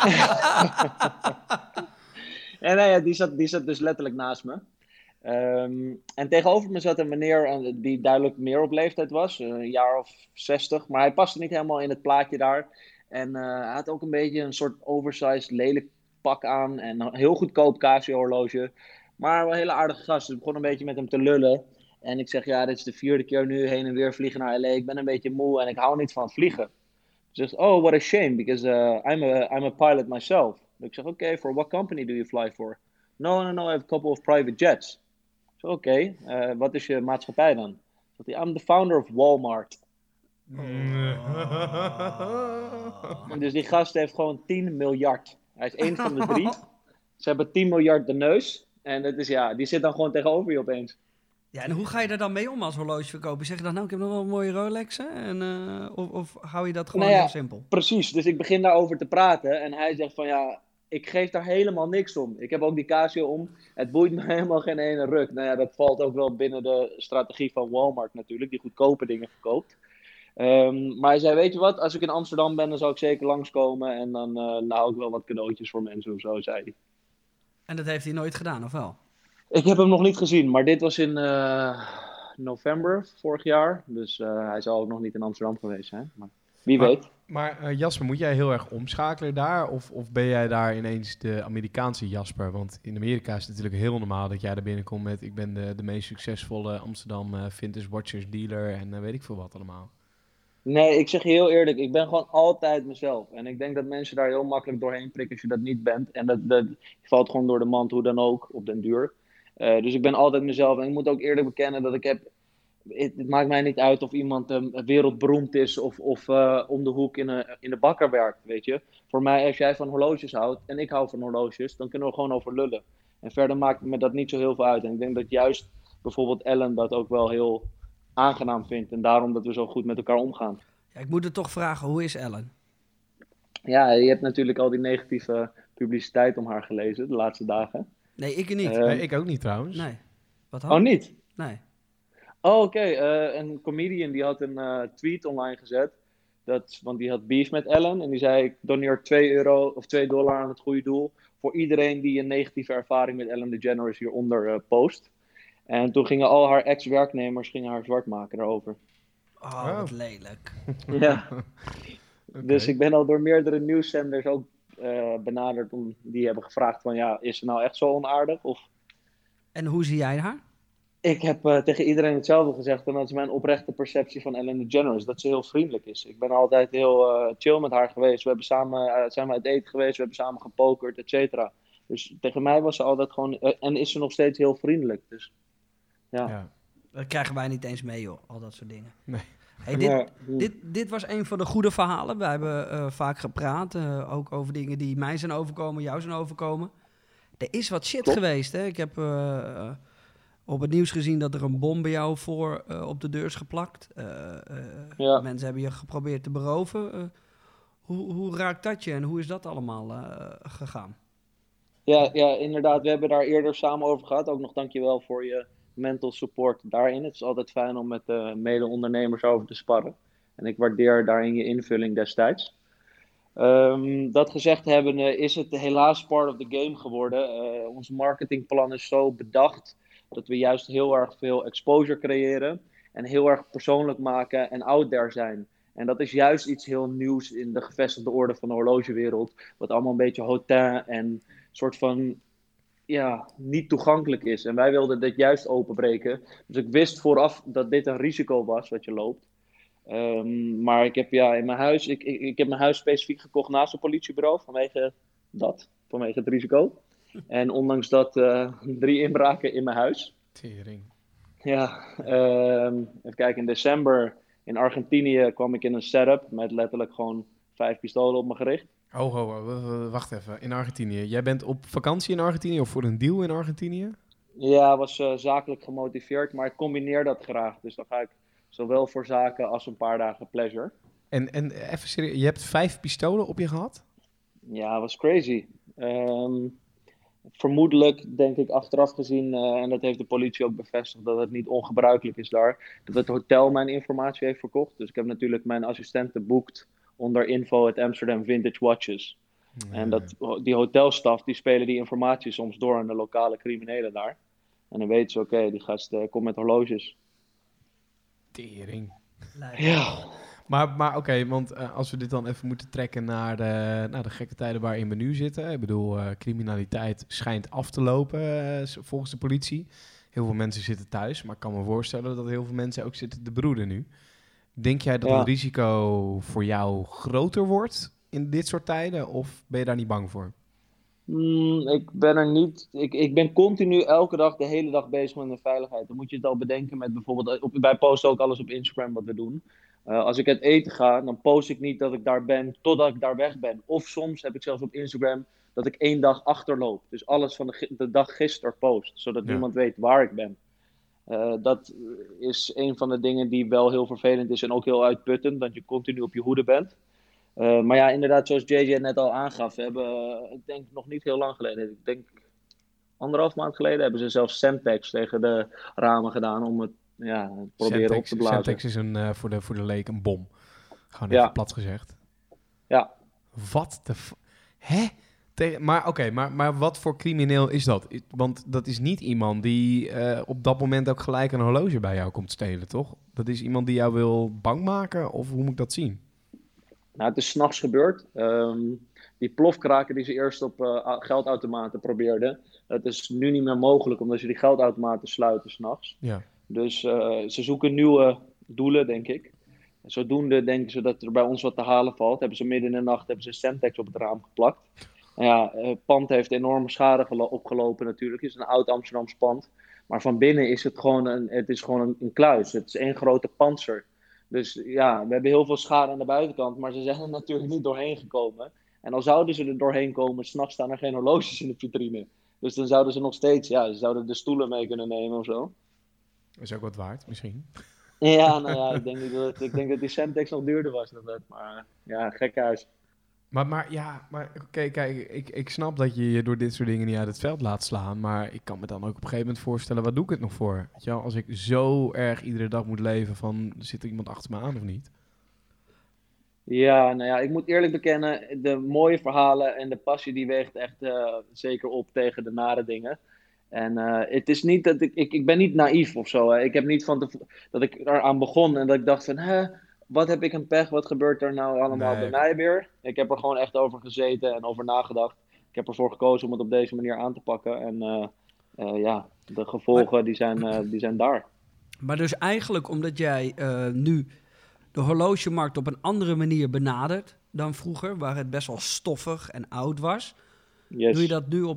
[SPEAKER 7] En nou ja, die zat dus letterlijk naast me. En tegenover me zat een meneer die duidelijk meer op leeftijd was. Een jaar of 60. Maar hij paste niet helemaal in het plaatje daar. En hij had ook een beetje een soort oversized lelijk pak aan. En een heel goedkoop Casio-horloge. Maar wel een hele aardige gast. Dus ik begon een beetje met hem te lullen. En ik zeg, ja, dit is de 4e keer nu heen en weer vliegen naar LA. Ik ben een beetje moe en ik hou niet van vliegen. Ze zegt, oh, what a shame, because I'm a pilot myself. Ik zeg, oké, for what company do you fly for? No, I have a couple of private jets. Ik zeg, oké, wat is je maatschappij dan? Zegt hij, I'm the founder of Walmart. Dus die gast heeft gewoon 10 miljard. Hij is 1 van de 3. Ze hebben 10 miljard de neus. En dat is, ja, die zit dan gewoon tegenover je opeens.
[SPEAKER 1] Ja, en hoe ga je er dan mee om als horlogeverkoper? Zeg je dan, nou, ik heb nog wel een mooie Rolexen? En, of hou je dat gewoon heel simpel?
[SPEAKER 7] Precies, dus ik begin daarover te praten. En hij zegt van, ja, ik geef daar helemaal niks om. Ik heb ook die Casio om. Het boeit me helemaal geen ene ruk. Nou ja, dat valt ook wel binnen de strategie van Walmart natuurlijk, die goedkope dingen verkoopt. Maar hij zei, weet je wat, als ik in Amsterdam ben, dan zou ik zeker langskomen. En dan hou ik wel wat cadeautjes voor mensen of zo, zei hij.
[SPEAKER 1] En dat heeft hij nooit gedaan, of wel?
[SPEAKER 7] Ik heb hem nog niet gezien, maar dit was in november vorig jaar. Dus hij zal ook nog niet in Amsterdam geweest zijn. Maar wie weet.
[SPEAKER 5] Maar Jasper, moet jij heel erg omschakelen daar? Of ben jij daar ineens de Amerikaanse Jasper? Want in Amerika is het natuurlijk heel normaal dat jij er binnenkomt met... ik ben de meest succesvolle Amsterdam Vintage Watches dealer en weet ik veel wat allemaal.
[SPEAKER 7] Nee, ik zeg je heel eerlijk, ik ben gewoon altijd mezelf. En ik denk dat mensen daar heel makkelijk doorheen prikken als je dat niet bent. En dat valt gewoon door de mand, hoe dan ook, op den duur. Dus ik ben altijd mezelf. En ik moet ook eerlijk bekennen dat ik heb... Het maakt mij niet uit of iemand wereldberoemd is of om de hoek in de bakker werkt, weet je. Voor mij, als jij van horloges houdt en ik hou van horloges, dan kunnen we gewoon over lullen. En verder maakt me dat niet zo heel veel uit. En ik denk dat juist bijvoorbeeld Ellen dat ook wel heel aangenaam vindt. En daarom dat we zo goed met elkaar omgaan.
[SPEAKER 1] Ja, ik moet het toch vragen, hoe is Ellen?
[SPEAKER 7] Ja, je hebt natuurlijk al die negatieve publiciteit om haar gelezen de laatste dagen.
[SPEAKER 1] Nee, ik niet.
[SPEAKER 5] Nee, ik ook niet trouwens.
[SPEAKER 1] Nee. Wat
[SPEAKER 7] Oh, niet?
[SPEAKER 1] Nee.
[SPEAKER 7] Oh, oké. Een comedian die had een tweet online gezet. Want die had beef met Ellen. En die zei, ik doneer €2 of $2 aan het goede doel. Voor iedereen die een negatieve ervaring met Ellen DeGeneres hieronder post. En toen gingen al haar ex-werknemers haar zwart maken daarover.
[SPEAKER 1] Oh, wat lelijk.
[SPEAKER 7] Ja.
[SPEAKER 5] Okay.
[SPEAKER 7] Dus ik ben al door meerdere nieuwszenders ook benaderd. Die hebben gevraagd van, ja, is ze nou echt zo onaardig? Of...
[SPEAKER 1] En hoe zie jij haar? Ik
[SPEAKER 7] heb tegen iedereen hetzelfde gezegd. En dat is mijn oprechte perceptie van Ellen DeGeneres. Dat ze heel vriendelijk is. Ik ben altijd heel chill met haar geweest. We hebben samen zijn we uit eten geweest. We hebben samen gepokerd, et cetera. Dus tegen mij was ze altijd gewoon... en is ze nog steeds heel vriendelijk. Dus ja.
[SPEAKER 1] Dat krijgen wij niet eens mee, joh. Al dat soort dingen.
[SPEAKER 5] Nee.
[SPEAKER 1] Hey, dit was een van de goede verhalen. We hebben vaak gepraat. Ook over dingen die mij zijn overkomen, jou zijn overkomen. Er is wat shit geweest, hè. Ik heb... op het nieuws gezien dat er een bom bij jou op de deur is geplakt. Mensen hebben je geprobeerd te beroven. Hoe raakt dat je en hoe is dat allemaal gegaan?
[SPEAKER 7] Ja, inderdaad. We hebben daar eerder samen over gehad. Ook nog dankjewel voor je mental support daarin. Het is altijd fijn om met mede-ondernemers over te sparren. En ik waardeer daarin je invulling destijds. Dat gezegd hebben, is het helaas part of the game geworden. Ons marketingplan is zo bedacht dat we juist heel erg veel exposure creëren en heel erg persoonlijk maken en out there zijn. En dat is juist iets heel nieuws in de gevestigde orde van de horlogewereld. Wat allemaal een beetje hautain en soort van niet toegankelijk is. En wij wilden dit juist openbreken. Dus ik wist vooraf dat dit een risico was wat je loopt. Maar ik heb in mijn huis, ik heb mijn huis specifiek gekocht naast een politiebureau vanwege het risico. En ondanks dat 3 inbraken in mijn huis.
[SPEAKER 5] Tering.
[SPEAKER 7] Ja, even kijken, in december in Argentinië kwam ik in een setup met letterlijk gewoon 5 pistolen op me gericht.
[SPEAKER 5] Wacht even. In Argentinië. Jij bent op vakantie in Argentinië of voor een deal in Argentinië?
[SPEAKER 7] Ja, was zakelijk gemotiveerd, maar ik combineer dat graag. Dus dan ga ik zowel voor zaken als een paar dagen pleasure.
[SPEAKER 5] En even serieus, je hebt 5 pistolen op je gehad?
[SPEAKER 7] Ja, was crazy. Vermoedelijk, denk ik, achteraf gezien, en dat heeft de politie ook bevestigd, dat het niet ongebruikelijk is daar, dat het hotel mijn informatie heeft verkocht. Dus ik heb natuurlijk mijn assistenten boekt onder info@Amsterdam Vintage Watches. En die hotelstaf, die spelen die informatie soms door aan de lokale criminelen daar. En dan weten ze, oké, die gast komt met horloges.
[SPEAKER 5] Tering.
[SPEAKER 7] Ja.
[SPEAKER 5] Maar oké, want als we dit dan even moeten trekken naar de gekke tijden waarin we nu zitten. Ik bedoel, criminaliteit schijnt af te lopen volgens de politie. Heel veel mensen zitten thuis, maar ik kan me voorstellen dat heel veel mensen ook zitten te broeden nu. Denk jij dat het risico voor jou groter wordt in dit soort tijden of ben je daar niet bang voor?
[SPEAKER 7] Ik ben er niet. Ik ben continu elke dag, de hele dag bezig met mijn veiligheid. Dan moet je het al bedenken met bijvoorbeeld. Wij posten ook alles op Instagram wat we doen. Als ik uit eten ga, dan post ik niet dat ik daar ben totdat ik daar weg ben. Of soms heb ik zelfs op Instagram dat ik 1 dag achterloop. Dus alles van de dag gisteren post, zodat niemand weet waar ik ben. Dat is een van de dingen die wel heel vervelend is en ook heel uitputtend, dat je continu op je hoede bent. Maar ja, inderdaad, zoals JJ net al aangaf, we hebben, ik denk nog niet heel lang geleden, ik denk 1,5 maand geleden, hebben ze zelfs Semtex tegen de ramen gedaan om het proberen op te blazen.
[SPEAKER 5] Semtex is voor de leek een bom. Gewoon even plat gezegd.
[SPEAKER 7] Ja.
[SPEAKER 5] Wat de... Hè? Maar wat voor crimineel is dat? Want dat is niet iemand die op dat moment ook gelijk een horloge bij jou komt stelen, toch? Dat is iemand die jou wil bang maken, of hoe moet ik dat zien?
[SPEAKER 7] Nou, het is 's nachts gebeurd. Die plofkraken die ze eerst op geldautomaten probeerden, dat is nu niet meer mogelijk, omdat ze die geldautomaten sluiten 's nachts. Ja. Dus ze zoeken nieuwe doelen, denk ik. En zodoende denken ze dat er bij ons wat te halen valt. Hebben ze midden in de nacht Semtex op het raam geplakt. Het pand heeft enorme schade opgelopen natuurlijk. Het is een oud Amsterdams pand. Maar van binnen is het gewoon een kluis. Het is 1 grote pantser. Dus ja, we hebben heel veel schade aan de buitenkant. Maar ze zijn er natuurlijk niet doorheen gekomen. En al zouden ze er doorheen komen, 's nachts staan er geen horloges in de vitrine. Dus dan zouden ze nog steeds, ze zouden de stoelen mee kunnen nemen of zo.
[SPEAKER 5] Dat is ook wat waard, misschien.
[SPEAKER 7] Ja, nou ja, ik denk dat die Semtex nog duurder was dan dat. Maar ja, gekhuis.
[SPEAKER 5] Maar oké, kijk, ik snap dat je je door dit soort dingen niet uit het veld laat slaan. Maar ik kan me dan ook op een gegeven moment voorstellen, wat doe ik het nog voor? Weet je wel, als ik zo erg iedere dag moet leven van, zit er iemand achter me aan of niet?
[SPEAKER 7] Ja, nou ja, ik moet eerlijk bekennen, de mooie verhalen en de passie die weegt echt zeker op tegen de nare dingen. En het is niet dat ik ben niet naïef of zo. Hè. Ik heb niet dat ik eraan begon en dat ik dacht van, wat heb ik een pech, wat gebeurt er nou allemaal bij mij weer? Ik heb er gewoon echt over gezeten en over nagedacht. Ik heb ervoor gekozen om het op deze manier aan te pakken. En de gevolgen die zijn daar.
[SPEAKER 1] Maar dus eigenlijk omdat jij nu de horlogemarkt op een andere manier benadert dan vroeger, waar het best wel stoffig en oud was. Yes. Doe je dat nu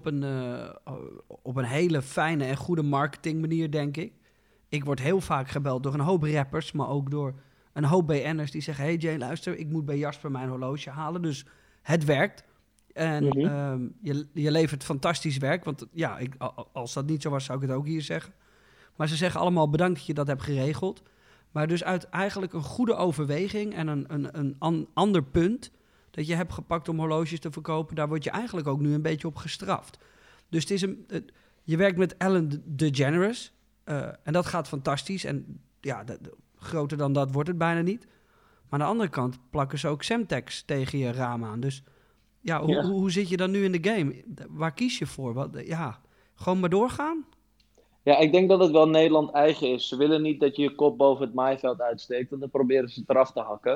[SPEAKER 1] op een hele fijne en goede marketingmanier, denk ik. Ik word heel vaak gebeld door een hoop rappers, maar ook door een hoop BN'ers die zeggen, hey Jay, luister, ik moet bij Jasper mijn horloge halen. Dus het werkt. En je levert fantastisch werk. Want ja, als dat niet zo was, zou ik het ook hier zeggen. Maar ze zeggen allemaal bedankt dat je dat hebt geregeld. Maar dus uit eigenlijk een goede overweging en een ander punt dat je hebt gepakt om horloges te verkopen, daar word je eigenlijk ook nu een beetje op gestraft. Dus het is je werkt met Ellen DeGeneres en dat gaat fantastisch. En ja, groter dan dat wordt het bijna niet. Maar aan de andere kant plakken ze ook Semtex tegen je raam aan. Dus ja, hoe zit je dan nu in de game? Waar kies je voor? Gewoon maar doorgaan?
[SPEAKER 7] Ja, ik denk dat het wel Nederland eigen is. Ze willen niet dat je je kop boven het maaiveld uitsteekt, want dan proberen ze het eraf te hakken.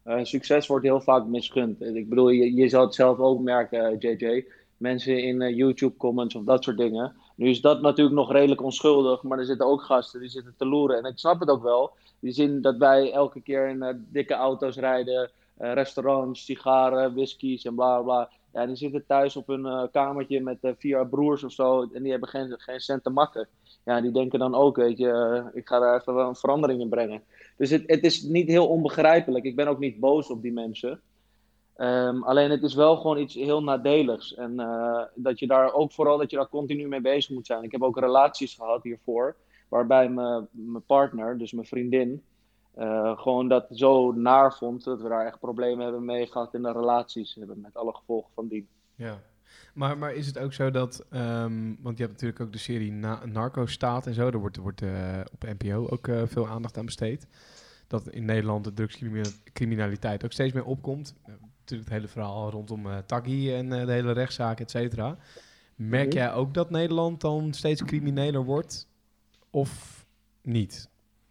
[SPEAKER 7] Succes wordt heel vaak misgund. Ik bedoel, je zal het zelf ook merken, JJ. Mensen in YouTube-comments of dat soort dingen. Nu is dat natuurlijk nog redelijk onschuldig, maar er zitten ook gasten die zitten te loeren. En ik snap het ook wel. Die zien dat wij elke keer in dikke auto's rijden, restaurants, sigaren, whiskies en bla bla. Ja, die zitten thuis op hun kamertje met 4 broers of zo en die hebben geen cent te makken. Ja, die denken dan ook, weet je, ik ga daar even wel een verandering in brengen. Dus het is niet heel onbegrijpelijk. Ik ben ook niet boos op die mensen. Alleen het is wel gewoon iets heel nadeligs. En dat je daar ook vooral dat je daar continu mee bezig moet zijn. Ik heb ook relaties gehad hiervoor, waarbij mijn partner, dus mijn vriendin, gewoon dat zo naar vond dat we daar echt problemen hebben mee gehad in de relaties hebben met alle gevolgen van die.
[SPEAKER 5] Ja. Maar is het ook zo dat, want je hebt natuurlijk ook de serie Narco-staat en zo, daar wordt op NPO ook veel aandacht aan besteed. Dat in Nederland de drugscriminaliteit ook steeds meer opkomt. Natuurlijk het hele verhaal rondom Taghi en de hele rechtszaak, et cetera. Merk jij ook dat Nederland dan steeds crimineler wordt of niet?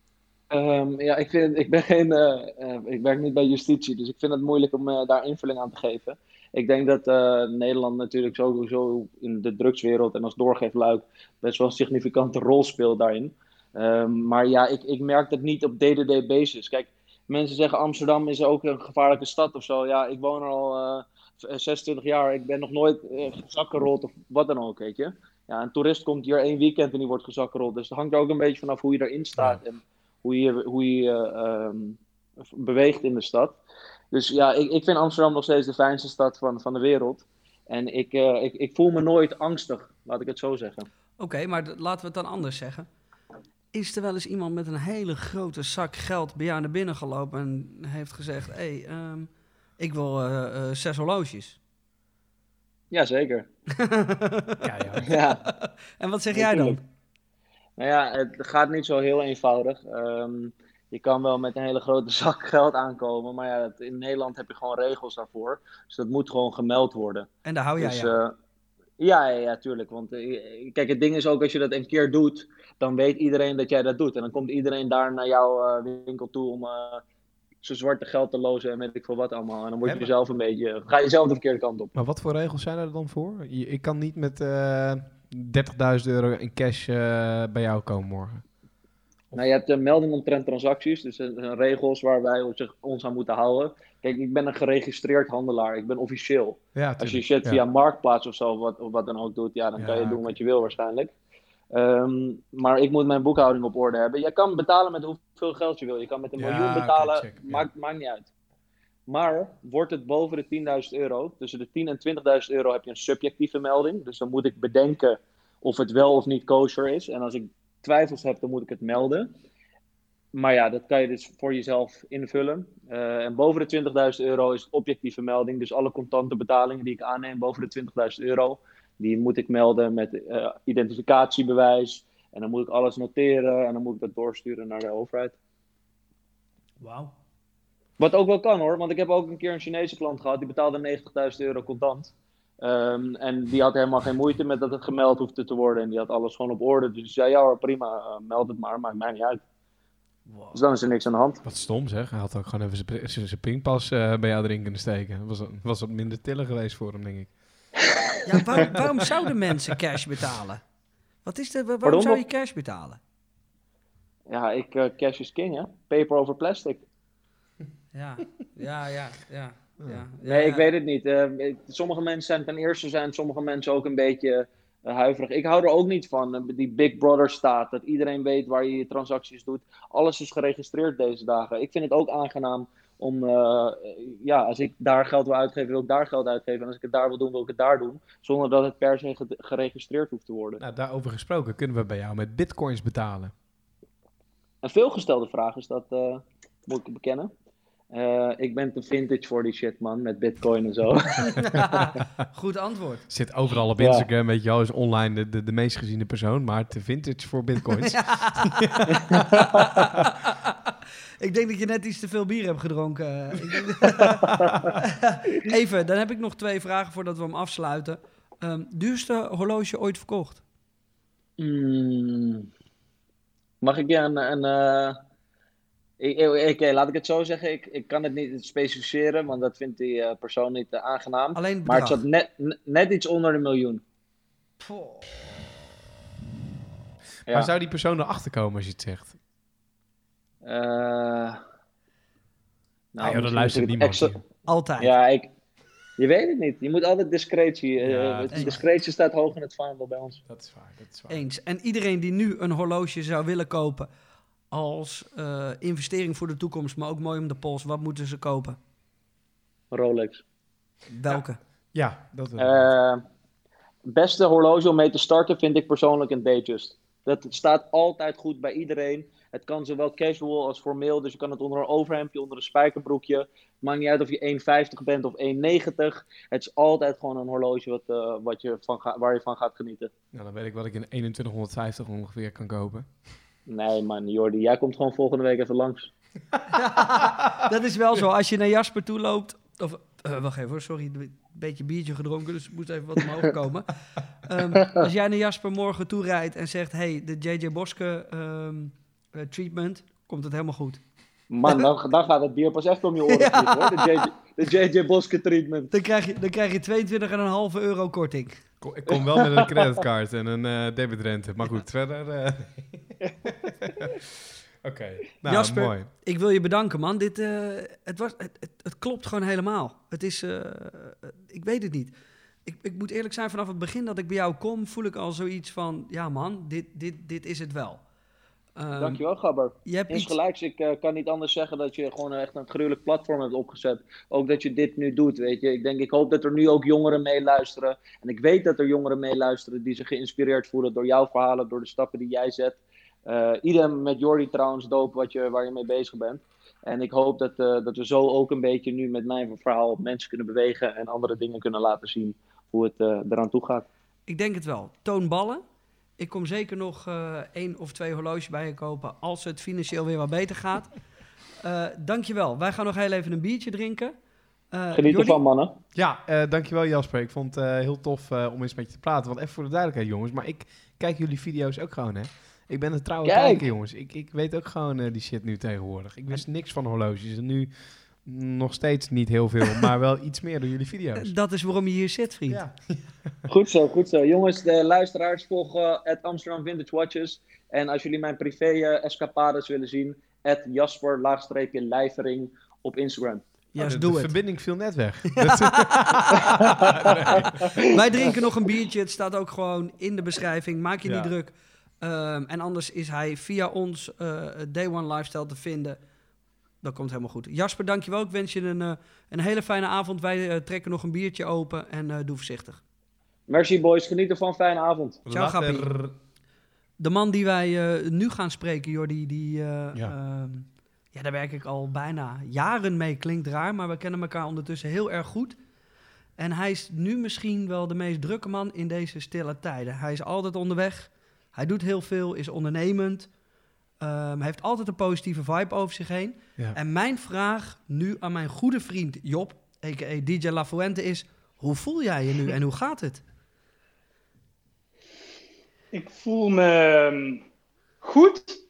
[SPEAKER 7] Ja, ik werk niet bij justitie, dus ik vind het moeilijk om daar invulling aan te geven. Ik denk dat Nederland natuurlijk sowieso in de drugswereld en als doorgeefluik best wel een significante rol speelt daarin. Maar ja, ik merk dat niet op day-to-day basis. Kijk, mensen zeggen Amsterdam is ook een gevaarlijke stad of zo. Ja, ik woon er al 26 jaar, ik ben nog nooit gezakkerold of wat dan ook, weet je. Ja, een toerist komt hier 1 weekend en die wordt gezakkerold. Dus het hangt er ook een beetje vanaf hoe je erin staat en hoe je beweegt in de stad. Dus ja, ik vind Amsterdam nog steeds de fijnste stad van de wereld. En ik voel me nooit angstig, laat ik het zo zeggen.
[SPEAKER 1] Oké, maar laten we het dan anders zeggen. Is er wel eens iemand met een hele grote zak geld bij jou naar binnen gelopen en heeft gezegd, ik wil 6 horloges?
[SPEAKER 7] Jazeker.
[SPEAKER 5] Ja.
[SPEAKER 1] En wat zeg jij dan?
[SPEAKER 7] Nou ja, het gaat niet zo heel eenvoudig. Je kan wel met een hele grote zak geld aankomen, maar ja, in Nederland heb je gewoon regels daarvoor. Dus dat moet gewoon gemeld worden.
[SPEAKER 1] En daar hou jij
[SPEAKER 7] dus,
[SPEAKER 1] aan?
[SPEAKER 7] Ja, tuurlijk. Want kijk, het ding is ook, als je dat een keer doet, dan weet iedereen dat jij dat doet. En dan komt iedereen daar naar jouw winkel toe om zijn zwarte geld te lozen en weet ik veel wat allemaal. En dan word je zelf een beetje, ga je zelf de verkeerde kant op.
[SPEAKER 5] Maar wat voor regels zijn er dan voor? Ik kan niet met €30.000 in cash bij jou komen morgen.
[SPEAKER 7] Nou, je hebt een melding omtrent transacties, dus een regels waar wij ons aan moeten houden. Kijk, ik ben een geregistreerd handelaar, ik ben officieel.
[SPEAKER 5] Ja,
[SPEAKER 7] als je shit via Marktplaats of zo, wat dan ook doet, ja, dan kan je doen wat je wil waarschijnlijk. Maar ik moet mijn boekhouding op orde hebben. Je kan betalen met hoeveel geld je wil. Je kan met 1 miljoen betalen, maakt niet uit. Maar wordt het boven de €10.000, tussen de 10.000 en €20.000 heb je een subjectieve melding. Dus dan moet ik bedenken of het wel of niet kosher is. En als ik twijfels heb, dan moet ik het melden. Maar ja, dat kan je dus voor jezelf invullen. En boven de €20.000 is het objectieve melding. Dus alle contante betalingen die ik aanneem boven de €20.000, die moet ik melden met identificatiebewijs. En dan moet ik alles noteren en dan moet ik dat doorsturen naar de overheid.
[SPEAKER 1] Wauw.
[SPEAKER 7] Wat ook wel kan hoor, want ik heb ook een keer een Chinese klant gehad, die betaalde €90.000 contant. En die had helemaal geen moeite met dat het gemeld hoefde te worden. En die had alles gewoon op orde. Dus zei, ja hoor, prima, meld het maar, maakt mij niet uit. Wow. Dus dan is er niks aan de hand.
[SPEAKER 5] Wat stom zeg, hij had ook gewoon even zijn pinpas bij jou erin kunnen steken. Was wat minder tillen geweest voor hem, denk ik.
[SPEAKER 1] Ja, waarom zouden mensen cash betalen? Waarom zou je cash betalen?
[SPEAKER 7] Ja, cash is king hè, paper over plastic.
[SPEAKER 1] Ja.
[SPEAKER 7] Nee, ik weet het niet. Sommige mensen zijn sommige mensen ook een beetje huiverig. Ik hou er ook niet van, die Big Brother staat, dat iedereen weet waar je transacties doet. Alles is geregistreerd deze dagen. Ik vind het ook aangenaam om, als ik daar geld wil uitgeven, wil ik daar geld uitgeven. En als ik het daar wil doen, wil ik het daar doen. Zonder dat het per se geregistreerd hoeft te worden.
[SPEAKER 5] Nou, daarover gesproken, kunnen we bij jou met bitcoins betalen?
[SPEAKER 7] Een veelgestelde vraag is dat, moet ik bekennen. Ik ben te vintage voor die shit, man, met bitcoin en zo.
[SPEAKER 1] Goed antwoord.
[SPEAKER 5] Zit overal op Instagram, weet je wel, is online de meest geziene persoon, maar te vintage voor bitcoins.
[SPEAKER 1] Ik denk dat je net iets te veel bier hebt gedronken. Even, dan heb ik nog 2 vragen voordat we hem afsluiten. Duurste horloge ooit verkocht?
[SPEAKER 7] Mag ik je Laat ik het zo zeggen. Ik kan het niet specificeren, want dat vindt die persoon niet aangenaam.
[SPEAKER 1] Alleen het
[SPEAKER 7] Maar het
[SPEAKER 1] bedrag.
[SPEAKER 7] zat net iets onder $1 miljoen.
[SPEAKER 1] Poh.
[SPEAKER 7] Ja.
[SPEAKER 5] Maar zou die persoon erachter komen als je het zegt?
[SPEAKER 7] Nou,
[SPEAKER 5] dat
[SPEAKER 7] misschien
[SPEAKER 5] luistert
[SPEAKER 7] moet ik het
[SPEAKER 5] niemand.
[SPEAKER 7] extra-
[SPEAKER 1] Altijd.
[SPEAKER 7] Ja, je weet het niet. Je moet altijd discretie.
[SPEAKER 5] Ja,
[SPEAKER 7] Discretie staat hoog in het vaandel bij ons.
[SPEAKER 5] Dat is waar.
[SPEAKER 1] Eens. En iedereen die nu een horloge zou willen kopen als investering voor de toekomst, maar ook mooi om de pols, wat moeten ze kopen?
[SPEAKER 7] Rolex.
[SPEAKER 1] Welke?
[SPEAKER 5] Ja, dat wil ik.
[SPEAKER 7] Beste horloge om mee te starten vind ik persoonlijk een Datejust. Dat staat altijd goed bij iedereen. Het kan zowel casual als formeel. Dus je kan het onder een overhemdje, onder een spijkerbroekje. Maakt niet uit of je 1,50 bent of 1,90. Het is altijd gewoon een horloge waar je van gaat genieten.
[SPEAKER 5] Nou, dan weet ik wat ik in 2150 ongeveer kan kopen.
[SPEAKER 7] Nee man, Jordi, jij komt gewoon volgende week even langs.
[SPEAKER 1] Dat is wel zo. Als je naar Jasper toe loopt. Of, wacht even hoor, sorry. Een beetje biertje gedronken, dus ik moest even wat omhoog komen. Als jij naar Jasper morgen toe rijdt en zegt: hey, de JJ Boske treatment, komt het helemaal goed.
[SPEAKER 7] Man, dan gaat het bier pas echt om je oren vliegen, hoor. De JJ Boske treatment.
[SPEAKER 1] Dan krijg je €22,5 korting.
[SPEAKER 5] Ik kom wel met een creditcard en een debitrente. Maar goed, verder... Oké, nou
[SPEAKER 1] Jasper,
[SPEAKER 5] mooi.
[SPEAKER 1] ik wil je bedanken, man. Het klopt gewoon helemaal. Het is, ik weet het niet. Ik moet eerlijk zijn, vanaf het begin dat ik bij jou kom, voel ik al zoiets van, ja man, dit is het wel.
[SPEAKER 7] Dankjewel, Gabber.
[SPEAKER 1] Je hebt
[SPEAKER 7] Insgelijks, ik kan niet anders zeggen dat je gewoon echt een gruwelijk platform hebt opgezet. Ook dat je dit nu doet, weet je. Ik hoop dat er nu ook jongeren meeluisteren. En ik weet dat er jongeren meeluisteren die zich geïnspireerd voelen door jouw verhalen, door de stappen die jij zet. Idem met Jordi trouwens, dope waar je mee bezig bent. En ik hoop dat we zo ook een beetje nu met mijn verhaal mensen kunnen bewegen en andere dingen kunnen laten zien hoe het eraan toe gaat.
[SPEAKER 1] Ik denk het wel. Toon ballen. Ik kom zeker nog 1 of 2 horloges bij je kopen als het financieel weer wat beter gaat. Dankjewel. Wij gaan nog heel even een biertje drinken.
[SPEAKER 7] Geniet
[SPEAKER 1] Jordi?
[SPEAKER 7] ervan, mannen.
[SPEAKER 5] Ja, dankjewel Jasper. Ik vond het heel tof om eens met je te praten. Want even voor de duidelijkheid jongens, maar ik kijk jullie video's ook gewoon hè. Ik ben een trouwe kijker jongens. Ik weet ook gewoon die shit nu tegenwoordig. Ik wist niks van horloges en nu nog steeds niet heel veel, maar wel iets meer door jullie video's.
[SPEAKER 1] Dat is waarom je hier zit, vriend.
[SPEAKER 5] Ja.
[SPEAKER 7] Goed zo. Jongens, de luisteraars volgen @Amsterdam Vintage Watches. En als jullie mijn privé escapades willen zien, @Jasper_Lijvering op Instagram.
[SPEAKER 1] Yes,
[SPEAKER 5] de
[SPEAKER 1] doe het.
[SPEAKER 5] verbinding viel net weg.
[SPEAKER 1] Wij drinken nog een biertje. Het staat ook gewoon in de beschrijving. Maak je
[SPEAKER 5] Ja.
[SPEAKER 1] niet druk. En anders is hij via ons Day One Lifestyle te vinden. Dat komt helemaal goed. Jasper, dankjewel. Ik wens je een hele fijne avond. Wij trekken nog een biertje open en doe voorzichtig.
[SPEAKER 7] Merci boys, geniet ervan, fijne avond.
[SPEAKER 1] Ciao, Gappie. De man die wij nu gaan spreken, Jordi, daar werk ik al bijna jaren mee. Klinkt raar, maar we kennen elkaar ondertussen heel erg goed. En hij is nu misschien wel de meest drukke man in deze stille tijden. Hij is altijd onderweg. Hij doet heel veel, is ondernemend. Hij heeft altijd een positieve vibe over zich heen.
[SPEAKER 5] Ja.
[SPEAKER 1] En mijn vraag nu aan mijn goede vriend Job, a.k.a. DJ La Fuente, is: hoe voel jij je nu en hoe gaat het?
[SPEAKER 3] Ik voel me goed,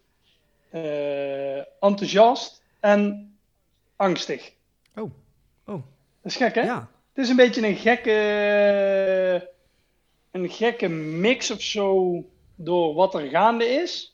[SPEAKER 3] enthousiast en angstig.
[SPEAKER 1] Oh.
[SPEAKER 3] Dat is gek, hè?
[SPEAKER 1] Ja.
[SPEAKER 3] Het is een beetje een gekke mix of zo door wat er gaande is.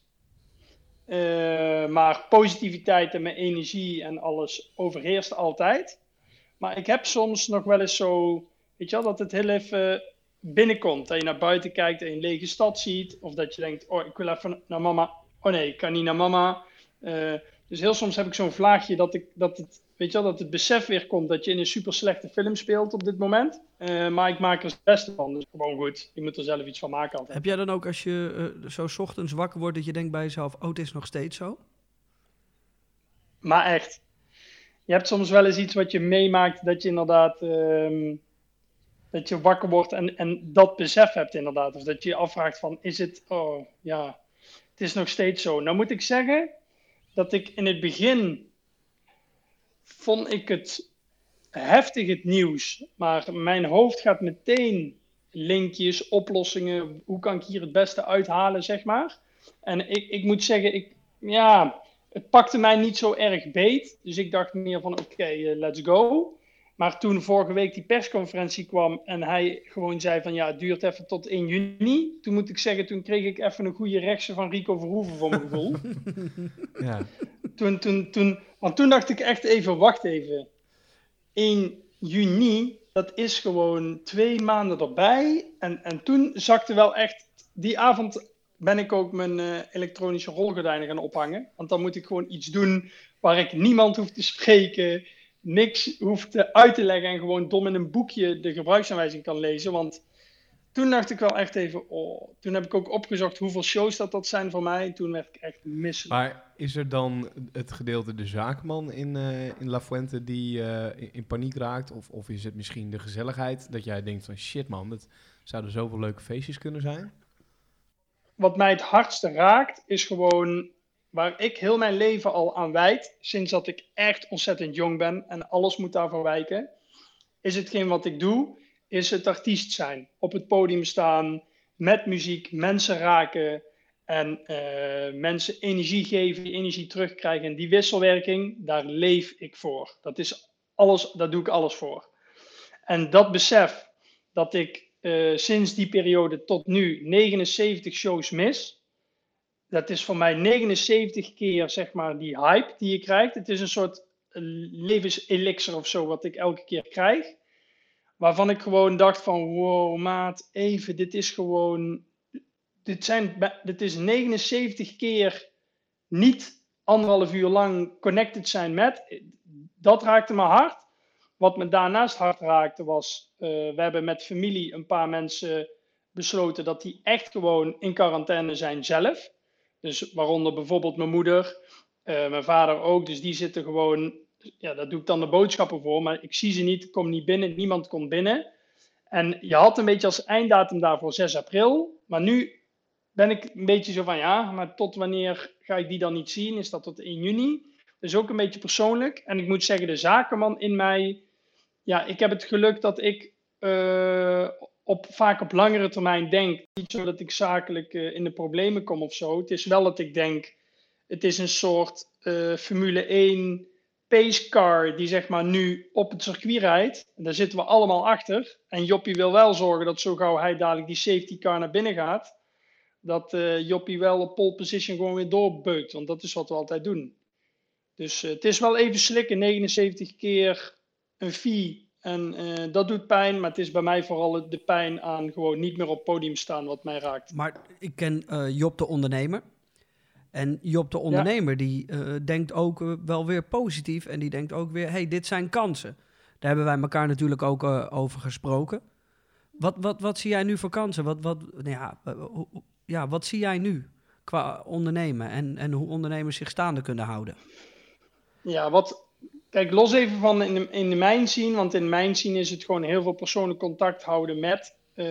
[SPEAKER 3] Maar positiviteit en mijn energie en alles overheerst altijd. Maar ik heb soms nog wel eens zo, weet je wel, dat het heel even binnenkomt. Dat je naar buiten kijkt en een lege stad ziet. Of dat je denkt, oh, ik wil even naar mama. Oh nee, ik kan niet naar mama. Dus heel soms heb ik zo'n vlaagje dat het besef weer komt dat je in een super slechte film speelt op dit moment. Maar ik maak er het beste van. Dus gewoon goed. Ik moet er zelf iets van maken altijd.
[SPEAKER 1] Heb jij dan ook als je zo 's ochtends wakker wordt dat je denkt bij jezelf: oh, het is nog steeds zo?
[SPEAKER 3] Maar echt. Je hebt soms wel eens iets wat je meemaakt dat je inderdaad dat je wakker wordt en dat besef hebt inderdaad. Of dat je je afvraagt van, is het, oh ja, het is nog steeds zo. Nou moet ik zeggen dat ik in het begin vond ik het heftig het nieuws. Maar mijn hoofd gaat meteen linkjes, oplossingen. Hoe kan ik hier het beste uithalen, zeg maar. En ik moet zeggen, het pakte mij niet zo erg beet. Dus ik dacht meer van oké, let's go. Maar toen vorige week die persconferentie kwam en hij gewoon zei van ja, het duurt even tot 1 juni. Toen moet ik zeggen, toen kreeg ik even een goede rechtse van Rico Verhoeven voor mijn gevoel.
[SPEAKER 5] Ja.
[SPEAKER 3] Want toen dacht ik echt even, wacht even. 1 juni, dat is gewoon 2 maanden erbij. En toen zakte wel echt, die avond ben ik ook mijn elektronische rolgordijnen gaan ophangen. Want dan moet ik gewoon iets doen waar ik niemand hoef te spreken, niks hoeft uit te leggen en gewoon dom in een boekje de gebruiksaanwijzing kan lezen. Want toen dacht ik wel echt even, toen heb ik ook opgezocht hoeveel shows dat zijn voor mij. En toen werd ik echt misselijk.
[SPEAKER 5] Maar is er dan het gedeelte de zaakman in La Fuente die in paniek raakt? Of is het misschien de gezelligheid dat jij denkt van shit man, het zouden zoveel leuke feestjes kunnen zijn?
[SPEAKER 3] Wat mij het hardste raakt is gewoon waar ik heel mijn leven al aan wijd, sinds dat ik echt ontzettend jong ben en alles moet daarvoor wijken, is hetgeen wat ik doe, is het artiest zijn. Op het podium staan, met muziek, mensen raken en mensen energie geven, energie terugkrijgen. En die wisselwerking, daar leef ik voor. Dat is alles, daar doe ik alles voor. En dat besef dat ik sinds die periode tot nu 79 shows mis. Dat is voor mij 79 keer zeg maar die hype die je krijgt. Het is een soort levenselixer of zo wat ik elke keer krijg. Waarvan ik gewoon dacht van wow maat, even, dit is gewoon... Dit is 79 keer niet 1,5 uur lang connected zijn met. Dat raakte me hard. Wat me daarnaast hard raakte was, we hebben met familie een paar mensen besloten dat die echt gewoon in quarantaine zijn zelf. Dus waaronder bijvoorbeeld mijn moeder, mijn vader ook. Dus die zitten gewoon, ja, daar doe ik dan de boodschappen voor. Maar ik zie ze niet, ik kom niet binnen, niemand komt binnen. En je had een beetje als einddatum daarvoor 6 april. Maar nu ben ik een beetje zo van, ja, maar tot wanneer ga ik die dan niet zien? Is dat tot 1 juni? Dus ook een beetje persoonlijk. En ik moet zeggen, de zakenman in mij... Ja, ik heb het geluk dat ik vaak op langere termijn denk. Niet zo dat ik zakelijk in de problemen kom of zo. Het is wel dat ik denk, het is een soort Formule 1 pacecar die zeg maar nu op het circuit rijdt. En daar zitten we allemaal achter. En Joppie wil wel zorgen dat zo gauw hij dadelijk die safety car naar binnen gaat, dat Joppie wel op pole position gewoon weer doorbeukt. Want dat is wat we altijd doen. Dus het is wel even slikken, 79 keer een fee. En dat doet pijn, maar het is bij mij vooral de pijn aan gewoon niet meer op het podium staan wat mij raakt.
[SPEAKER 1] Maar ik ken Job de ondernemer. En Job de ondernemer die denkt ook wel weer positief. En die denkt ook weer, hey, dit zijn kansen. Daar hebben wij elkaar natuurlijk ook over gesproken. Wat zie jij nu voor kansen? Wat zie jij nu qua ondernemen? En hoe ondernemers zich staande kunnen houden?
[SPEAKER 3] Ja, kijk, los even van in de mijn scene, want in mijn scene is het gewoon heel veel persoonlijk contact houden met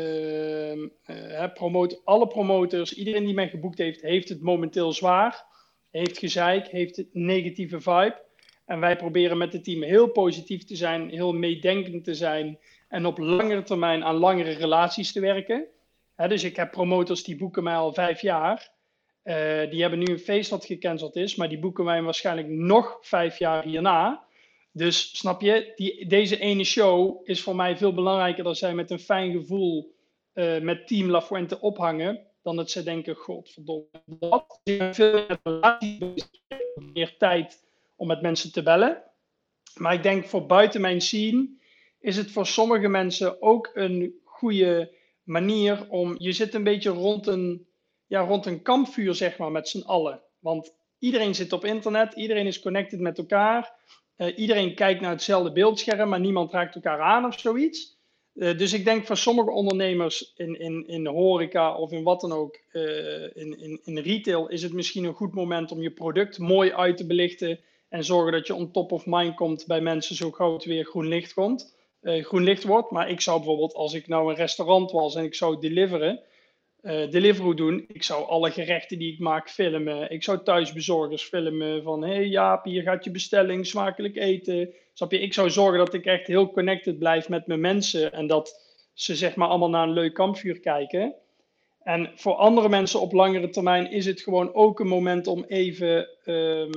[SPEAKER 3] alle promotors. Iedereen die mij geboekt heeft het momenteel zwaar, heeft gezeik, heeft een negatieve vibe. En wij proberen met het team heel positief te zijn, heel meedenkend te zijn en op langere termijn aan langere relaties te werken. Dus ik heb promotors die boeken mij al 5 jaar. Die hebben nu een feest dat gecanceld is, maar die boeken wij waarschijnlijk nog 5 jaar hierna. Dus snap je, deze ene show is voor mij veel belangrijker dan zij met een fijn gevoel met Team La Fuente ophangen, dan dat ze denken, godverdomme, wat? Ik ben veel met relaties bezig, meer tijd om met mensen te bellen. Maar ik denk voor buiten mijn scene is het voor sommige mensen ook een goede manier om, je zit een beetje rond een kampvuur, zeg maar, met z'n allen. Want iedereen zit op internet, iedereen is connected met elkaar. Iedereen kijkt naar hetzelfde beeldscherm, maar niemand raakt elkaar aan of zoiets. Dus ik denk voor sommige ondernemers in de horeca of in wat dan ook, in retail, is het misschien een goed moment om je product mooi uit te belichten en zorgen dat je on top of mind komt bij mensen zo gauw het weer groen licht wordt. Maar ik zou bijvoorbeeld, als ik nou een restaurant was en ik zou Deliveroo doen. Ik zou alle gerechten die ik maak filmen. Ik zou thuisbezorgers filmen van, hey Jaap, hier gaat je bestelling, smakelijk eten. Snap je? Ik zou zorgen dat ik echt heel connected blijf met mijn mensen en dat ze zeg maar allemaal naar een leuk kampvuur kijken. En voor andere mensen op langere termijn is het gewoon ook een moment om even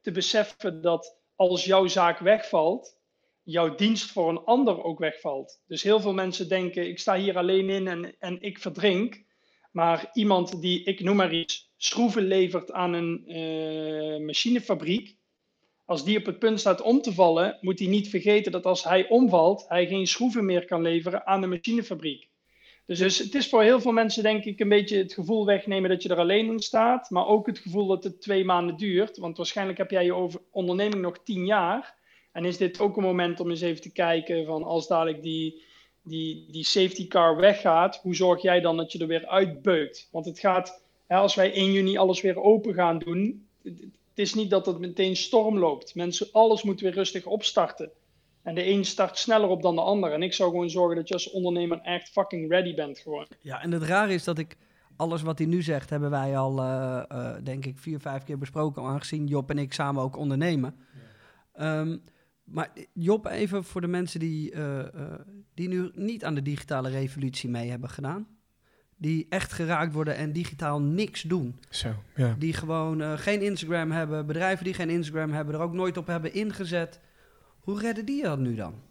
[SPEAKER 3] te beseffen dat als jouw zaak wegvalt, jouw dienst voor een ander ook wegvalt. Dus heel veel mensen denken, ik sta hier alleen in en ik verdrink. Maar iemand die, ik noem maar iets, schroeven levert aan een machinefabriek, als die op het punt staat om te vallen, moet hij niet vergeten dat als hij omvalt, hij geen schroeven meer kan leveren aan de machinefabriek. Dus het is voor heel veel mensen denk ik een beetje het gevoel wegnemen dat je er alleen in staat, maar ook het gevoel dat het 2 maanden duurt. Want waarschijnlijk heb jij je onderneming nog 10 jaar. En is dit ook een moment om eens even te kijken van als dadelijk die safety car weggaat, hoe zorg jij dan dat je er weer uitbeukt? Want het gaat, als wij 1 juni alles weer open gaan doen, het is niet dat het meteen storm loopt. Alles moet weer rustig opstarten. En de een start sneller op dan de ander. En ik zou gewoon zorgen dat je als ondernemer echt fucking ready bent gewoon.
[SPEAKER 1] Ja, en het rare is dat alles wat hij nu zegt, hebben wij al, denk ik, 4-5 keer besproken, aangezien Job en ik samen ook ondernemen. Ja. Maar Job, even voor de mensen die nu niet aan de digitale revolutie mee hebben gedaan. Die echt geraakt worden en digitaal niks doen.
[SPEAKER 5] Zo, ja.
[SPEAKER 1] Die gewoon geen Instagram hebben. Bedrijven die geen Instagram hebben, er ook nooit op hebben ingezet. Hoe redden die dat nu dan?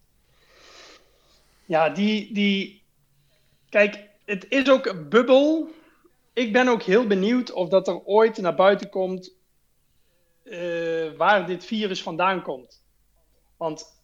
[SPEAKER 3] Ja, Kijk, het is ook een bubbel. Ik ben ook heel benieuwd of dat er ooit naar buiten komt waar dit virus vandaan komt. Want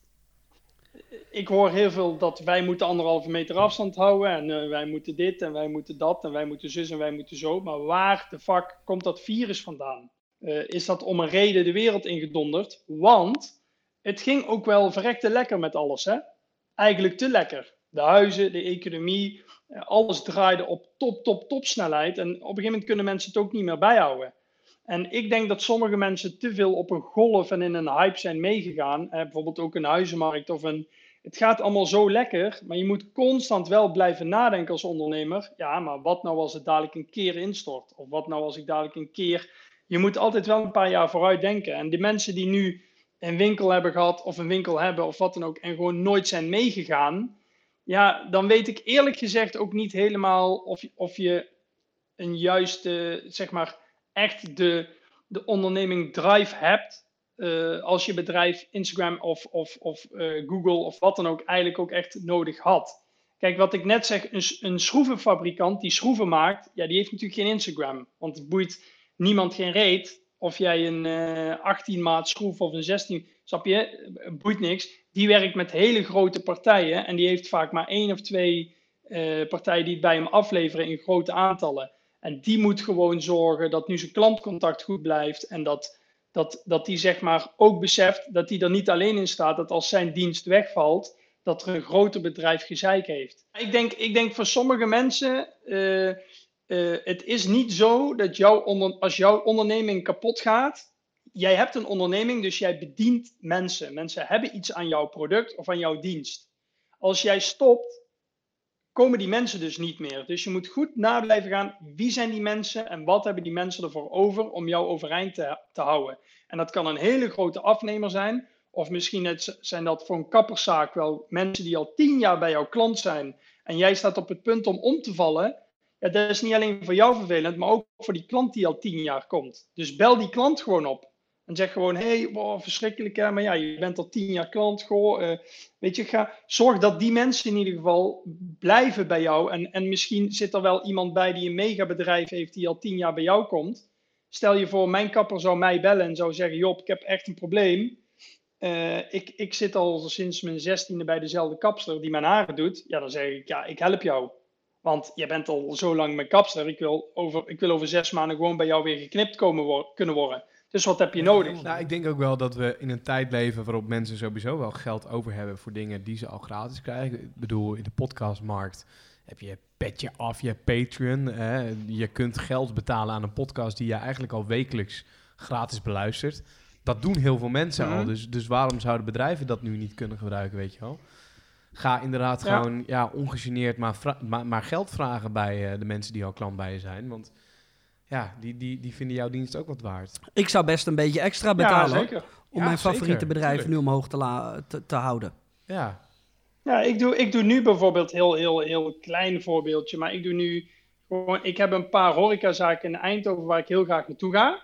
[SPEAKER 3] ik hoor heel veel dat wij moeten 1,5 meter afstand houden en wij moeten dit en wij moeten dat en wij moeten zus en wij moeten zo. Maar waar de fuck komt dat virus vandaan? Is dat om een reden de wereld ingedonderd? Want het ging ook wel verrekte lekker met alles, hè? Eigenlijk te lekker. De huizen, de economie, alles draaide op top snelheid. En op een gegeven moment kunnen mensen het ook niet meer bijhouden. En ik denk dat sommige mensen te veel op een golf en in een hype zijn meegegaan. Bijvoorbeeld ook een huizenmarkt of het gaat allemaal zo lekker, maar je moet constant wel blijven nadenken als ondernemer. Ja, maar wat nou als het dadelijk een keer instort? Of wat nou als ik dadelijk een keer... Je moet altijd wel een paar jaar vooruit denken. En de mensen die nu een winkel hebben gehad of een winkel hebben of wat dan ook en gewoon nooit zijn meegegaan, ja, dan weet ik eerlijk gezegd ook niet helemaal of je een juiste, zeg maar, echt de onderneming drive hebt. Als je bedrijf Instagram of Google of wat dan ook eigenlijk ook echt nodig had. Kijk, wat ik net zeg, een schroevenfabrikant die schroeven maakt, ja, die heeft natuurlijk geen Instagram. Want het boeit niemand geen reet of jij een 18 maat schroef of een 16, snap je? Boeit niks. Die werkt met hele grote partijen en die heeft vaak maar 1 of 2 partijen die het bij hem afleveren in grote aantallen. En die moet gewoon zorgen dat nu zijn klantcontact goed blijft en dat die zeg maar ook beseft dat hij er niet alleen in staat, dat als zijn dienst wegvalt, dat er een groter bedrijf gezeik heeft. Ik denk voor sommige mensen, het is niet zo dat als jouw onderneming kapot gaat, jij hebt een onderneming, dus jij bedient mensen. Mensen hebben iets aan jouw product of aan jouw dienst. Als jij stopt, komen die mensen dus niet meer. Dus je moet goed na blijven gaan, wie zijn die mensen en wat hebben die mensen ervoor over om jou overeind te houden. En dat kan een hele grote afnemer zijn, of misschien zijn dat voor een kapperszaak wel mensen die al 10 jaar bij jouw klant zijn en jij staat op het punt om te vallen. Ja, dat is niet alleen voor jou vervelend, maar ook voor die klant die al 10 jaar komt. Dus bel die klant gewoon op. En zeg gewoon, hey, wow, verschrikkelijk hè, maar ja, je bent al 10 jaar klant. Goh, weet je, zorg dat die mensen in ieder geval blijven bij jou. En misschien zit er wel iemand bij die een megabedrijf heeft die al 10 jaar bij jou komt. Stel je voor, mijn kapper zou mij bellen en zou zeggen, Job, ik heb echt een probleem. Ik zit al sinds mijn 16e bij dezelfde kapster die mijn haren doet. Ja, dan zeg ik, ja, ik help jou. Want jij bent al zo lang mijn kapster. Ik wil over 6 maanden gewoon bij jou weer geknipt kunnen worden. Dus wat heb je nodig?
[SPEAKER 5] Nou, ik denk ook wel dat we in een tijd leven waarop mensen sowieso wel geld over hebben voor dingen die ze al gratis krijgen. Ik bedoel, in de podcastmarkt heb je Petje Af, je Patreon. Je kunt geld betalen aan een podcast die je eigenlijk al wekelijks gratis beluistert. Dat doen heel veel mensen al. Dus waarom zouden bedrijven dat nu niet kunnen gebruiken, weet je wel? Ga inderdaad gewoon ongegeneerd maar geld vragen bij de mensen die al klant bij je zijn. Want ja, die vinden jouw dienst ook wat waard.
[SPEAKER 1] Ik zou best een beetje extra betalen om mijn favoriete bedrijven nu omhoog te houden.
[SPEAKER 5] Ja.
[SPEAKER 3] Ja, ik doe nu bijvoorbeeld heel klein voorbeeldje. Maar ik doe nu gewoon, ik heb een paar horecazaken in Eindhoven waar ik heel graag naartoe ga.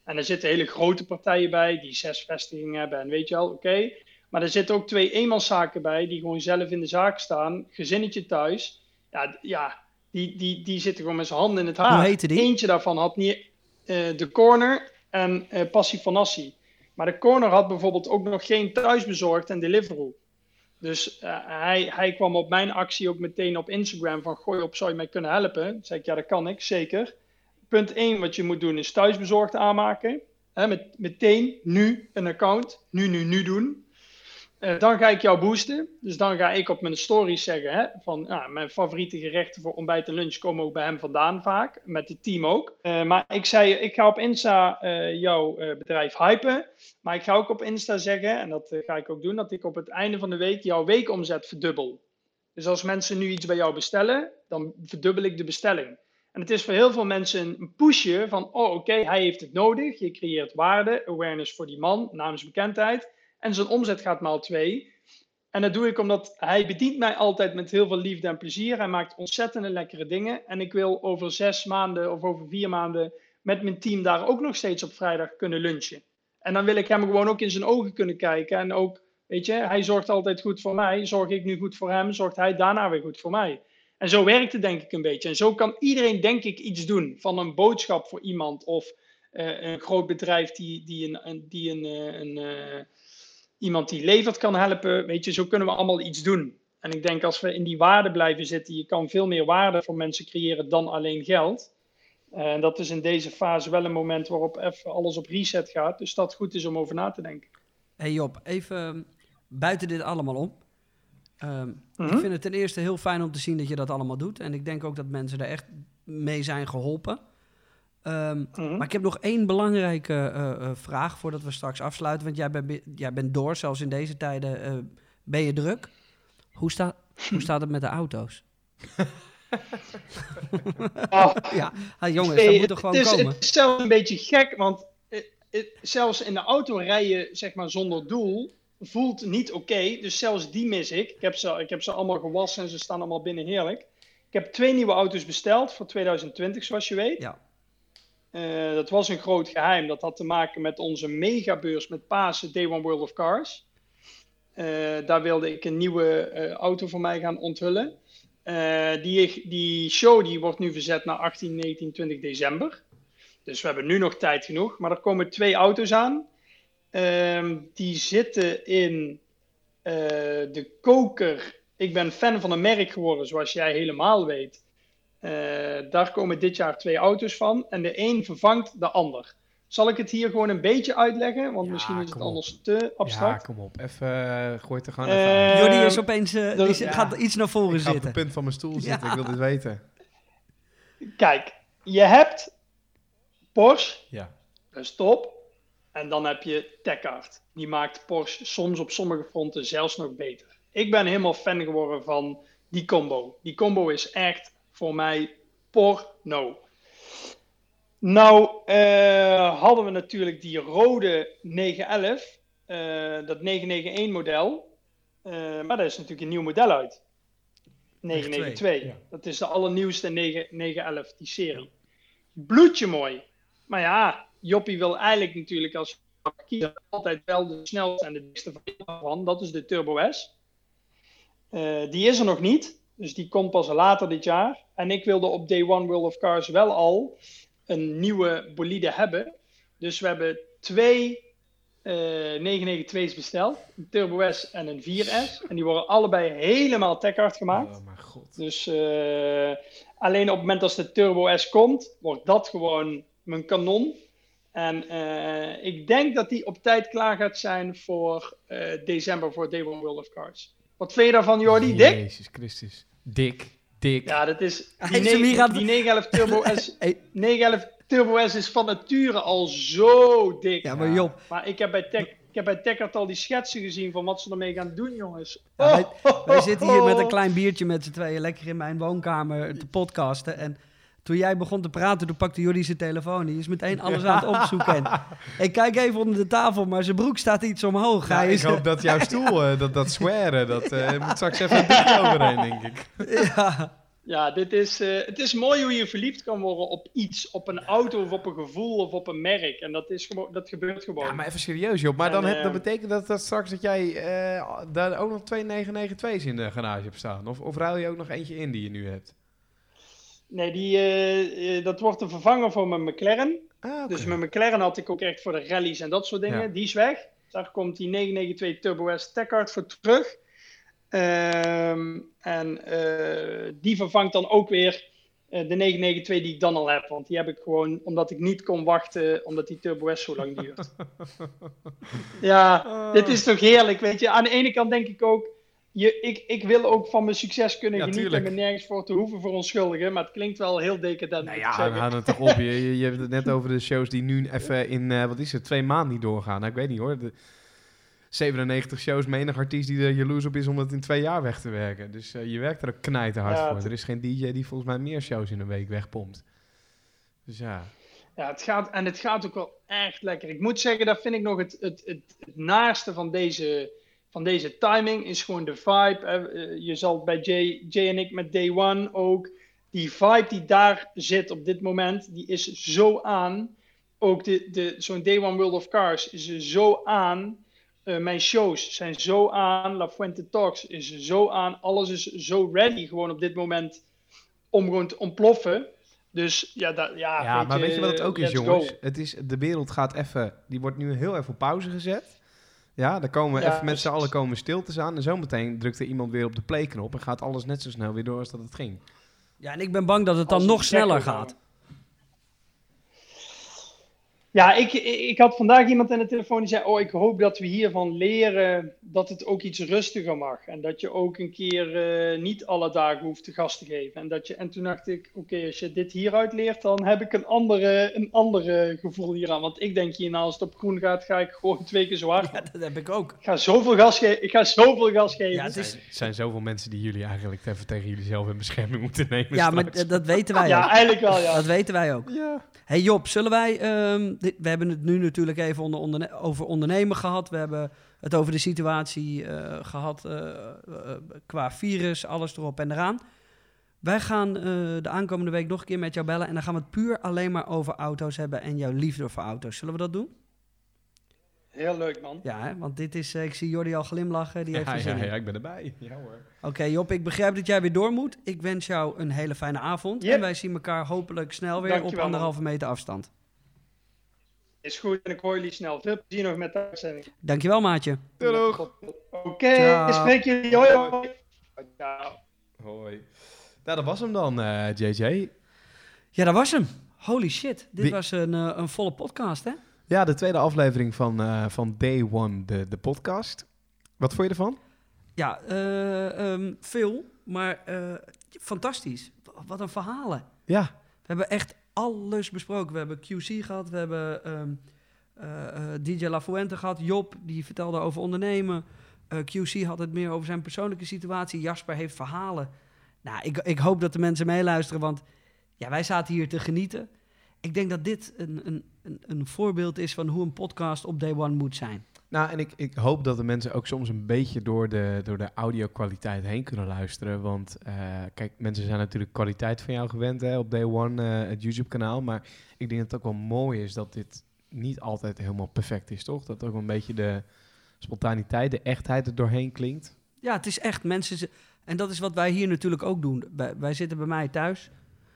[SPEAKER 3] En er zitten hele grote partijen bij die 6 vestigingen hebben en weet je wel, oké. Maar er zitten ook 2 eenmanszaken bij die gewoon zelf in de zaak staan. Gezinnetje thuis. Die zitten gewoon met zijn handen in het haar.
[SPEAKER 1] Hoe heette die?
[SPEAKER 3] Eentje daarvan had niet de Corner en Passie van Nassie. Maar de Corner had bijvoorbeeld ook nog geen thuisbezorgd en Deliveroo. Dus hij kwam op mijn actie ook meteen op Instagram van gooi op, zou je mij kunnen helpen? Toen zei ik, ja dat kan ik, zeker. Punt 1 wat je moet doen is thuisbezorgd aanmaken. Meteen, nu een account, nu doen. Dan ga ik jou boosten. Dus dan ga ik op mijn stories zeggen van mijn favoriete gerechten voor ontbijt en lunch komen ook bij hem vandaan vaak. Met het team ook. Maar ik zei, ik ga op Insta jouw bedrijf hypen. Maar ik ga ook op Insta zeggen, en dat ga ik ook doen, dat ik op het einde van de week jouw weekomzet verdubbel. Dus als mensen nu iets bij jou bestellen, dan verdubbel ik de bestelling. En het is voor heel veel mensen een pushje van, oké, hij heeft het nodig. Je creëert waarde, awareness voor die man, naamsbekendheid. En zijn omzet gaat maal 2. En dat doe ik omdat hij bedient mij altijd met heel veel liefde en plezier. Hij maakt ontzettende lekkere dingen. En ik wil over 6 maanden of over 4 maanden met mijn team daar ook nog steeds op vrijdag kunnen lunchen. En dan wil ik hem gewoon ook in zijn ogen kunnen kijken. En ook, weet je, hij zorgt altijd goed voor mij. Zorg ik nu goed voor hem, zorgt hij daarna weer goed voor mij. En zo werkt het denk ik een beetje. En zo kan iedereen denk ik iets doen. Van een boodschap voor iemand of een groot bedrijf iemand die levert kan helpen. Weet je, zo kunnen we allemaal iets doen. En ik denk als we in die waarde blijven zitten, je kan veel meer waarde voor mensen creëren dan alleen geld. En dat is in deze fase wel een moment waarop even alles op reset gaat. Dus dat goed is om over na te denken.
[SPEAKER 1] Hey Job, even buiten dit allemaal om. Ik vind het ten eerste heel fijn om te zien dat je dat allemaal doet. En ik denk ook dat mensen er echt mee zijn geholpen. Maar ik heb nog 1 belangrijke vraag voordat we straks afsluiten. Want jij bent door, zelfs in deze tijden ben je druk. Hoe staat het met de auto's? Jongens, dat moet toch gewoon komen?
[SPEAKER 3] Het is zelfs een beetje gek, want zelfs in de auto rijden zeg maar, zonder doel voelt niet oké. Dus zelfs die mis ik. Ik heb ze allemaal gewassen en ze staan allemaal binnen heerlijk. Ik heb 2 nieuwe auto's besteld voor 2020, zoals je weet.
[SPEAKER 1] Ja.
[SPEAKER 3] Dat was een groot geheim. Dat had te maken met onze megabeurs met Pasen, Day One World of Cars. Daar wilde ik een nieuwe auto voor mij gaan onthullen. Die show die wordt nu verzet naar 18, 19, 20 december. Dus we hebben nu nog tijd genoeg. Maar er komen 2 auto's aan. Die zitten in de koker. Ik ben fan van een merk geworden, zoals jij helemaal weet. Daar komen dit jaar 2 auto's van. En de een vervangt de ander. Zal ik het hier gewoon een beetje uitleggen? Want misschien is het anders te abstract.
[SPEAKER 5] Ja, kom op. Even, gooi het er gewoon even aan.
[SPEAKER 1] Jordi is opeens, gaat iets naar voren
[SPEAKER 5] Ik ga op
[SPEAKER 1] zitten.
[SPEAKER 5] de punt van mijn stoel zitten. Ik wil dit weten.
[SPEAKER 3] Kijk, je hebt Porsche.
[SPEAKER 5] Ja.
[SPEAKER 3] Dat is top. En dan heb je Tecard. Die maakt Porsche soms op sommige fronten zelfs nog beter. Ik ben helemaal fan geworden van die combo. Die combo is echt voor mij porno. Nou hadden we natuurlijk die rode 911. Dat 991 model. Maar daar is natuurlijk een nieuw model uit. 992.
[SPEAKER 5] Ja.
[SPEAKER 3] Dat is de allernieuwste 911, die serie. Bloedje mooi. Maar ja, Joppie wil eigenlijk natuurlijk als kiezer altijd wel de snelste en de dikste van. Dat is de Turbo S. Die is er nog niet. Dus die komt pas later dit jaar. En ik wilde op Day One World of Cars wel al een nieuwe bolide hebben. Dus we hebben 2 992's besteld. Een Turbo S en een 4S. En die worden allebei helemaal Tecard gemaakt.
[SPEAKER 5] Oh mijn god.
[SPEAKER 3] Dus alleen op het moment als de Turbo S komt, wordt dat gewoon mijn kanon. En ik denk dat die op tijd klaar gaat zijn voor december voor Day One World of Cars. Wat vind je daarvan, Jordi? Dik?
[SPEAKER 5] Jezus Christus. Dik.
[SPEAKER 3] Ja, dat is...
[SPEAKER 1] Hij
[SPEAKER 3] Die,
[SPEAKER 1] is hem hier aan-
[SPEAKER 3] die 911 Turbo S...
[SPEAKER 1] Hey.
[SPEAKER 3] 911 Turbo S is van nature al zo dik.
[SPEAKER 1] Ja, maar Job,
[SPEAKER 3] Maar ik heb bij Tecard al die schetsen gezien van wat ze ermee gaan doen, jongens.
[SPEAKER 1] ja, wij zitten hier met een klein biertje met z'n tweeën lekker in mijn woonkamer te podcasten. En toen jij begon te praten, toen pakte Jordi zijn telefoon. Die is meteen alles aan het opzoeken. En ik kijk even onder de tafel, maar zijn broek staat iets omhoog.
[SPEAKER 5] Ja,
[SPEAKER 1] Hij
[SPEAKER 5] ik
[SPEAKER 1] is,
[SPEAKER 5] hoop dat jouw stoel, dat square, dat moet straks even een beetje overheen, denk ik.
[SPEAKER 1] ja,
[SPEAKER 3] Ja, het is mooi hoe je verliefd kan worden op iets. Op een auto of op een gevoel of op een merk. En dat gebeurt gewoon.
[SPEAKER 5] Ja, maar even serieus, Job. Maar dan betekent dat straks dat jij daar ook nog 2 992's in de garage hebt staan? Of ruil je ook nog eentje in die je nu hebt?
[SPEAKER 3] Nee, dat wordt de vervanger voor mijn McLaren.
[SPEAKER 5] Ah, oké.
[SPEAKER 3] Dus mijn McLaren had ik ook echt voor de rallies en dat soort dingen.
[SPEAKER 5] Ja.
[SPEAKER 3] Die is weg. Daar komt die 992 Turbo S Techhard voor terug. Die vervangt dan ook weer de 992 die ik dan al heb. Want die heb ik gewoon, omdat ik niet kon wachten, omdat die Turbo S zo lang duurt. Ja, dit is toch heerlijk, weet je. Aan de ene kant denk ik ook, ik wil ook van mijn succes kunnen genieten
[SPEAKER 5] tuurlijk.
[SPEAKER 3] en me nergens voor te hoeven veronschuldigen. Maar het klinkt wel heel decadent.
[SPEAKER 5] Nou
[SPEAKER 3] moet ik
[SPEAKER 5] ja,
[SPEAKER 3] zeggen.
[SPEAKER 5] we gaan het toch op. Je hebt het net over de shows die nu even in, 2 maanden niet doorgaan. Nou, ik weet niet hoor. 97 shows, menig artiest die er jaloers op is om het in 2 jaar weg te werken. Dus je werkt er ook knijterhard voor. Er is geen DJ die volgens mij meer shows in een week wegpompt. Dus ja.
[SPEAKER 3] Ja, het gaat ook wel echt lekker. Ik moet zeggen, dat vind ik nog het naarste van deze timing is gewoon de vibe. Je zal bij Jay en ik met Day One ook. Die vibe die daar zit op dit moment, die is zo aan. Ook zo'n Day One World of Cars is zo aan. Mijn shows zijn zo aan. La Fuente Talks is zo aan. Alles is zo ready gewoon op dit moment om gewoon te ontploffen. Dus ja,
[SPEAKER 5] maar weet je wat het ook is,
[SPEAKER 3] let's
[SPEAKER 5] jongens?
[SPEAKER 3] go.
[SPEAKER 5] Het is, de wereld gaat even, die wordt nu heel even op pauze gezet. Ja, daar komen we
[SPEAKER 3] Ja,
[SPEAKER 5] even met z'n
[SPEAKER 3] precies.
[SPEAKER 5] allen komen stiltes aan. En zometeen drukt er iemand weer op de playknop en gaat alles net zo snel weer door als dat het ging.
[SPEAKER 1] Ja, en ik ben bang dat het dan
[SPEAKER 3] Als
[SPEAKER 1] nog
[SPEAKER 3] een
[SPEAKER 1] sneller
[SPEAKER 3] gekko
[SPEAKER 1] gaat.
[SPEAKER 3] Ja, ik had vandaag iemand aan de telefoon die zei, ik hoop dat we hiervan leren dat het ook iets rustiger mag. En dat je ook een keer niet alle dagen hoeft te gas te geven. En toen dacht ik, oké, als je dit hieruit leert, dan heb ik een andere gevoel hieraan. Want ik denk hierna, als het op groen gaat, ga ik gewoon 2 keer zo hard.
[SPEAKER 1] Ja, dat heb ik ook.
[SPEAKER 3] Ik ga zoveel gas geven.
[SPEAKER 1] Ja, het
[SPEAKER 5] Er
[SPEAKER 1] is,
[SPEAKER 5] zijn zoveel mensen die jullie eigenlijk even tegen jullie zelf in bescherming moeten nemen.
[SPEAKER 1] ja, maar
[SPEAKER 5] straks.
[SPEAKER 1] dat weten wij
[SPEAKER 3] Ja,
[SPEAKER 1] ook.
[SPEAKER 3] eigenlijk wel, ja.
[SPEAKER 1] Dat weten wij ook.
[SPEAKER 5] Ja.
[SPEAKER 1] Hey Job, zullen wij... we hebben het nu natuurlijk even over ondernemen gehad. We hebben het over de situatie gehad qua virus, alles erop en eraan. Wij gaan de aankomende week nog een keer met jou bellen. En dan gaan we het puur alleen maar over auto's hebben en jouw liefde voor auto's. Zullen we dat doen?
[SPEAKER 3] Heel leuk, man.
[SPEAKER 1] Ja, hè? Want dit is... ik zie Jordi al glimlachen. Die heeft er zin in.
[SPEAKER 5] Ja, ik ben erbij. Ja hoor.
[SPEAKER 1] Oké, Job, ik begrijp dat jij weer door moet. Ik wens jou een hele fijne avond.
[SPEAKER 3] Yep.
[SPEAKER 1] En wij zien elkaar hopelijk snel weer
[SPEAKER 3] Dankjewel,
[SPEAKER 1] op 1,5 meter afstand.
[SPEAKER 3] Is goed en ik hoor jullie snel. Veel plezier nog met de uitzending.
[SPEAKER 1] Dankjewel, maatje.
[SPEAKER 5] Doeg.
[SPEAKER 3] Oké,
[SPEAKER 1] Ciao.
[SPEAKER 3] ik spreek jullie. Hoi, hoi. Ciao.
[SPEAKER 5] Hoi. Nou, dat was hem dan, JJ.
[SPEAKER 1] Ja, dat was hem. Holy shit. Dit
[SPEAKER 5] Wie-
[SPEAKER 1] was een volle podcast, hè?
[SPEAKER 5] Ja, de tweede aflevering van Day One, de podcast. Wat vond je ervan?
[SPEAKER 1] Ja, veel, maar fantastisch. Wat een verhalen.
[SPEAKER 5] Ja.
[SPEAKER 1] We hebben echt alles besproken. We hebben QC gehad, we hebben DJ La Fuente gehad. Job, die vertelde over ondernemen. QC had het meer over zijn persoonlijke situatie. Jasper heeft verhalen. Nou, ik hoop dat de mensen meeluisteren, want ja, wij zaten hier te genieten. Ik denk dat dit een voorbeeld is van hoe een podcast op Day One moet zijn.
[SPEAKER 5] Nou, en ik hoop dat de mensen ook soms een beetje door de audio-kwaliteit heen kunnen luisteren. Want kijk, mensen zijn natuurlijk kwaliteit van jou gewend, hè, op Day One, het YouTube-kanaal. Maar ik denk dat het ook wel mooi is dat dit niet altijd helemaal perfect is, toch? Dat ook een beetje de spontaniteit, de echtheid er doorheen klinkt.
[SPEAKER 1] Ja, het is echt mensen... En dat is wat wij hier natuurlijk ook doen. Wij zitten bij mij thuis.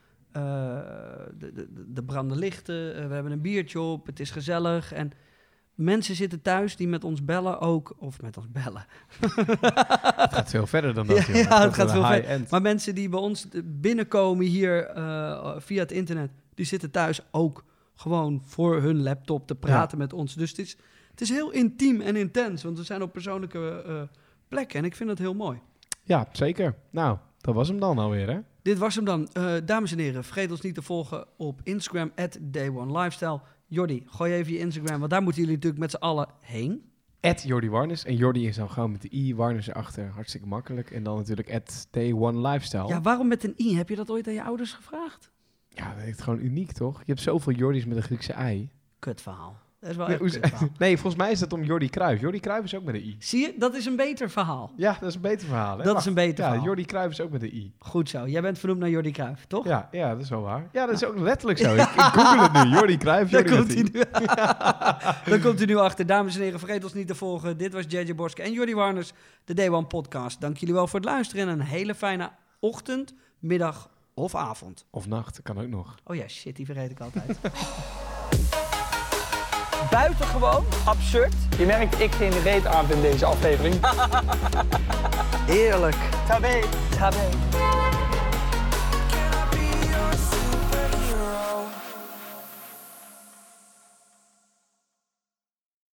[SPEAKER 1] De branden lichten. We hebben een biertje op. Het is gezellig. En mensen zitten thuis die met ons bellen ook. Of met ons bellen.
[SPEAKER 5] Het gaat veel verder dan dat,
[SPEAKER 1] Ja,
[SPEAKER 5] jongen.
[SPEAKER 1] ja, het gaat veel verder.
[SPEAKER 5] high-end.
[SPEAKER 1] Maar mensen die bij ons binnenkomen hier via het internet... die zitten thuis ook gewoon voor hun laptop te praten met ons. Dus het is heel intiem en intens. Want we zijn op persoonlijke plekken. En ik vind dat heel mooi.
[SPEAKER 5] Ja, zeker. Nou, dat was hem dan alweer, hè?
[SPEAKER 1] Dit was hem dan. Dames en heren, vergeet ons niet te volgen op Instagram, @DayOneLifestyle. Jordi, gooi even je Instagram, want daar moeten jullie natuurlijk met z'n allen heen.
[SPEAKER 5] Jordi Warnes. En Jordi is dan gewoon met de i, Warnes erachter. Hartstikke makkelijk. En dan natuurlijk @DayOneLifestyle.
[SPEAKER 1] Ja, waarom met een i? Heb je dat ooit aan je ouders gevraagd?
[SPEAKER 5] Ja, dat is gewoon uniek, toch? Je hebt zoveel Jordis met een Griekse ei.
[SPEAKER 1] Kut verhaal. Dat is wel echt een kut verhaal.
[SPEAKER 5] Nee, volgens mij is dat om Jordi Cruijff. Jordi Cruijff is ook met een I.
[SPEAKER 1] Zie je, dat is een beter verhaal.
[SPEAKER 5] Ja, dat is een beter verhaal. Hè?
[SPEAKER 1] Dat is een beter
[SPEAKER 5] Ja,
[SPEAKER 1] verhaal.
[SPEAKER 5] Jordi Cruijff is ook met een I.
[SPEAKER 1] Goed zo. Jij bent vernoemd naar Jordi Cruijff, toch?
[SPEAKER 5] Ja, dat is wel waar. Ja, dat is ook letterlijk zo. Ik google het nu. Jordi Cruijff,
[SPEAKER 1] Daar
[SPEAKER 5] Jordi
[SPEAKER 1] komt,
[SPEAKER 5] met
[SPEAKER 1] hij
[SPEAKER 5] een I.
[SPEAKER 1] nu. Daar komt hij nu achter. Dames en heren, vergeet ons niet te volgen. Dit was JJ Borske en Jordi Warners, de Day One Podcast. Dank jullie wel voor het luisteren en een hele fijne ochtend, middag of avond.
[SPEAKER 5] Of nacht, kan ook nog.
[SPEAKER 1] Oh ja, shit, die vergeet ik altijd.
[SPEAKER 8] Buitengewoon absurd. Je merkt, ik geen reet aan in deze aflevering.
[SPEAKER 1] Heerlijk.
[SPEAKER 8] Tabé.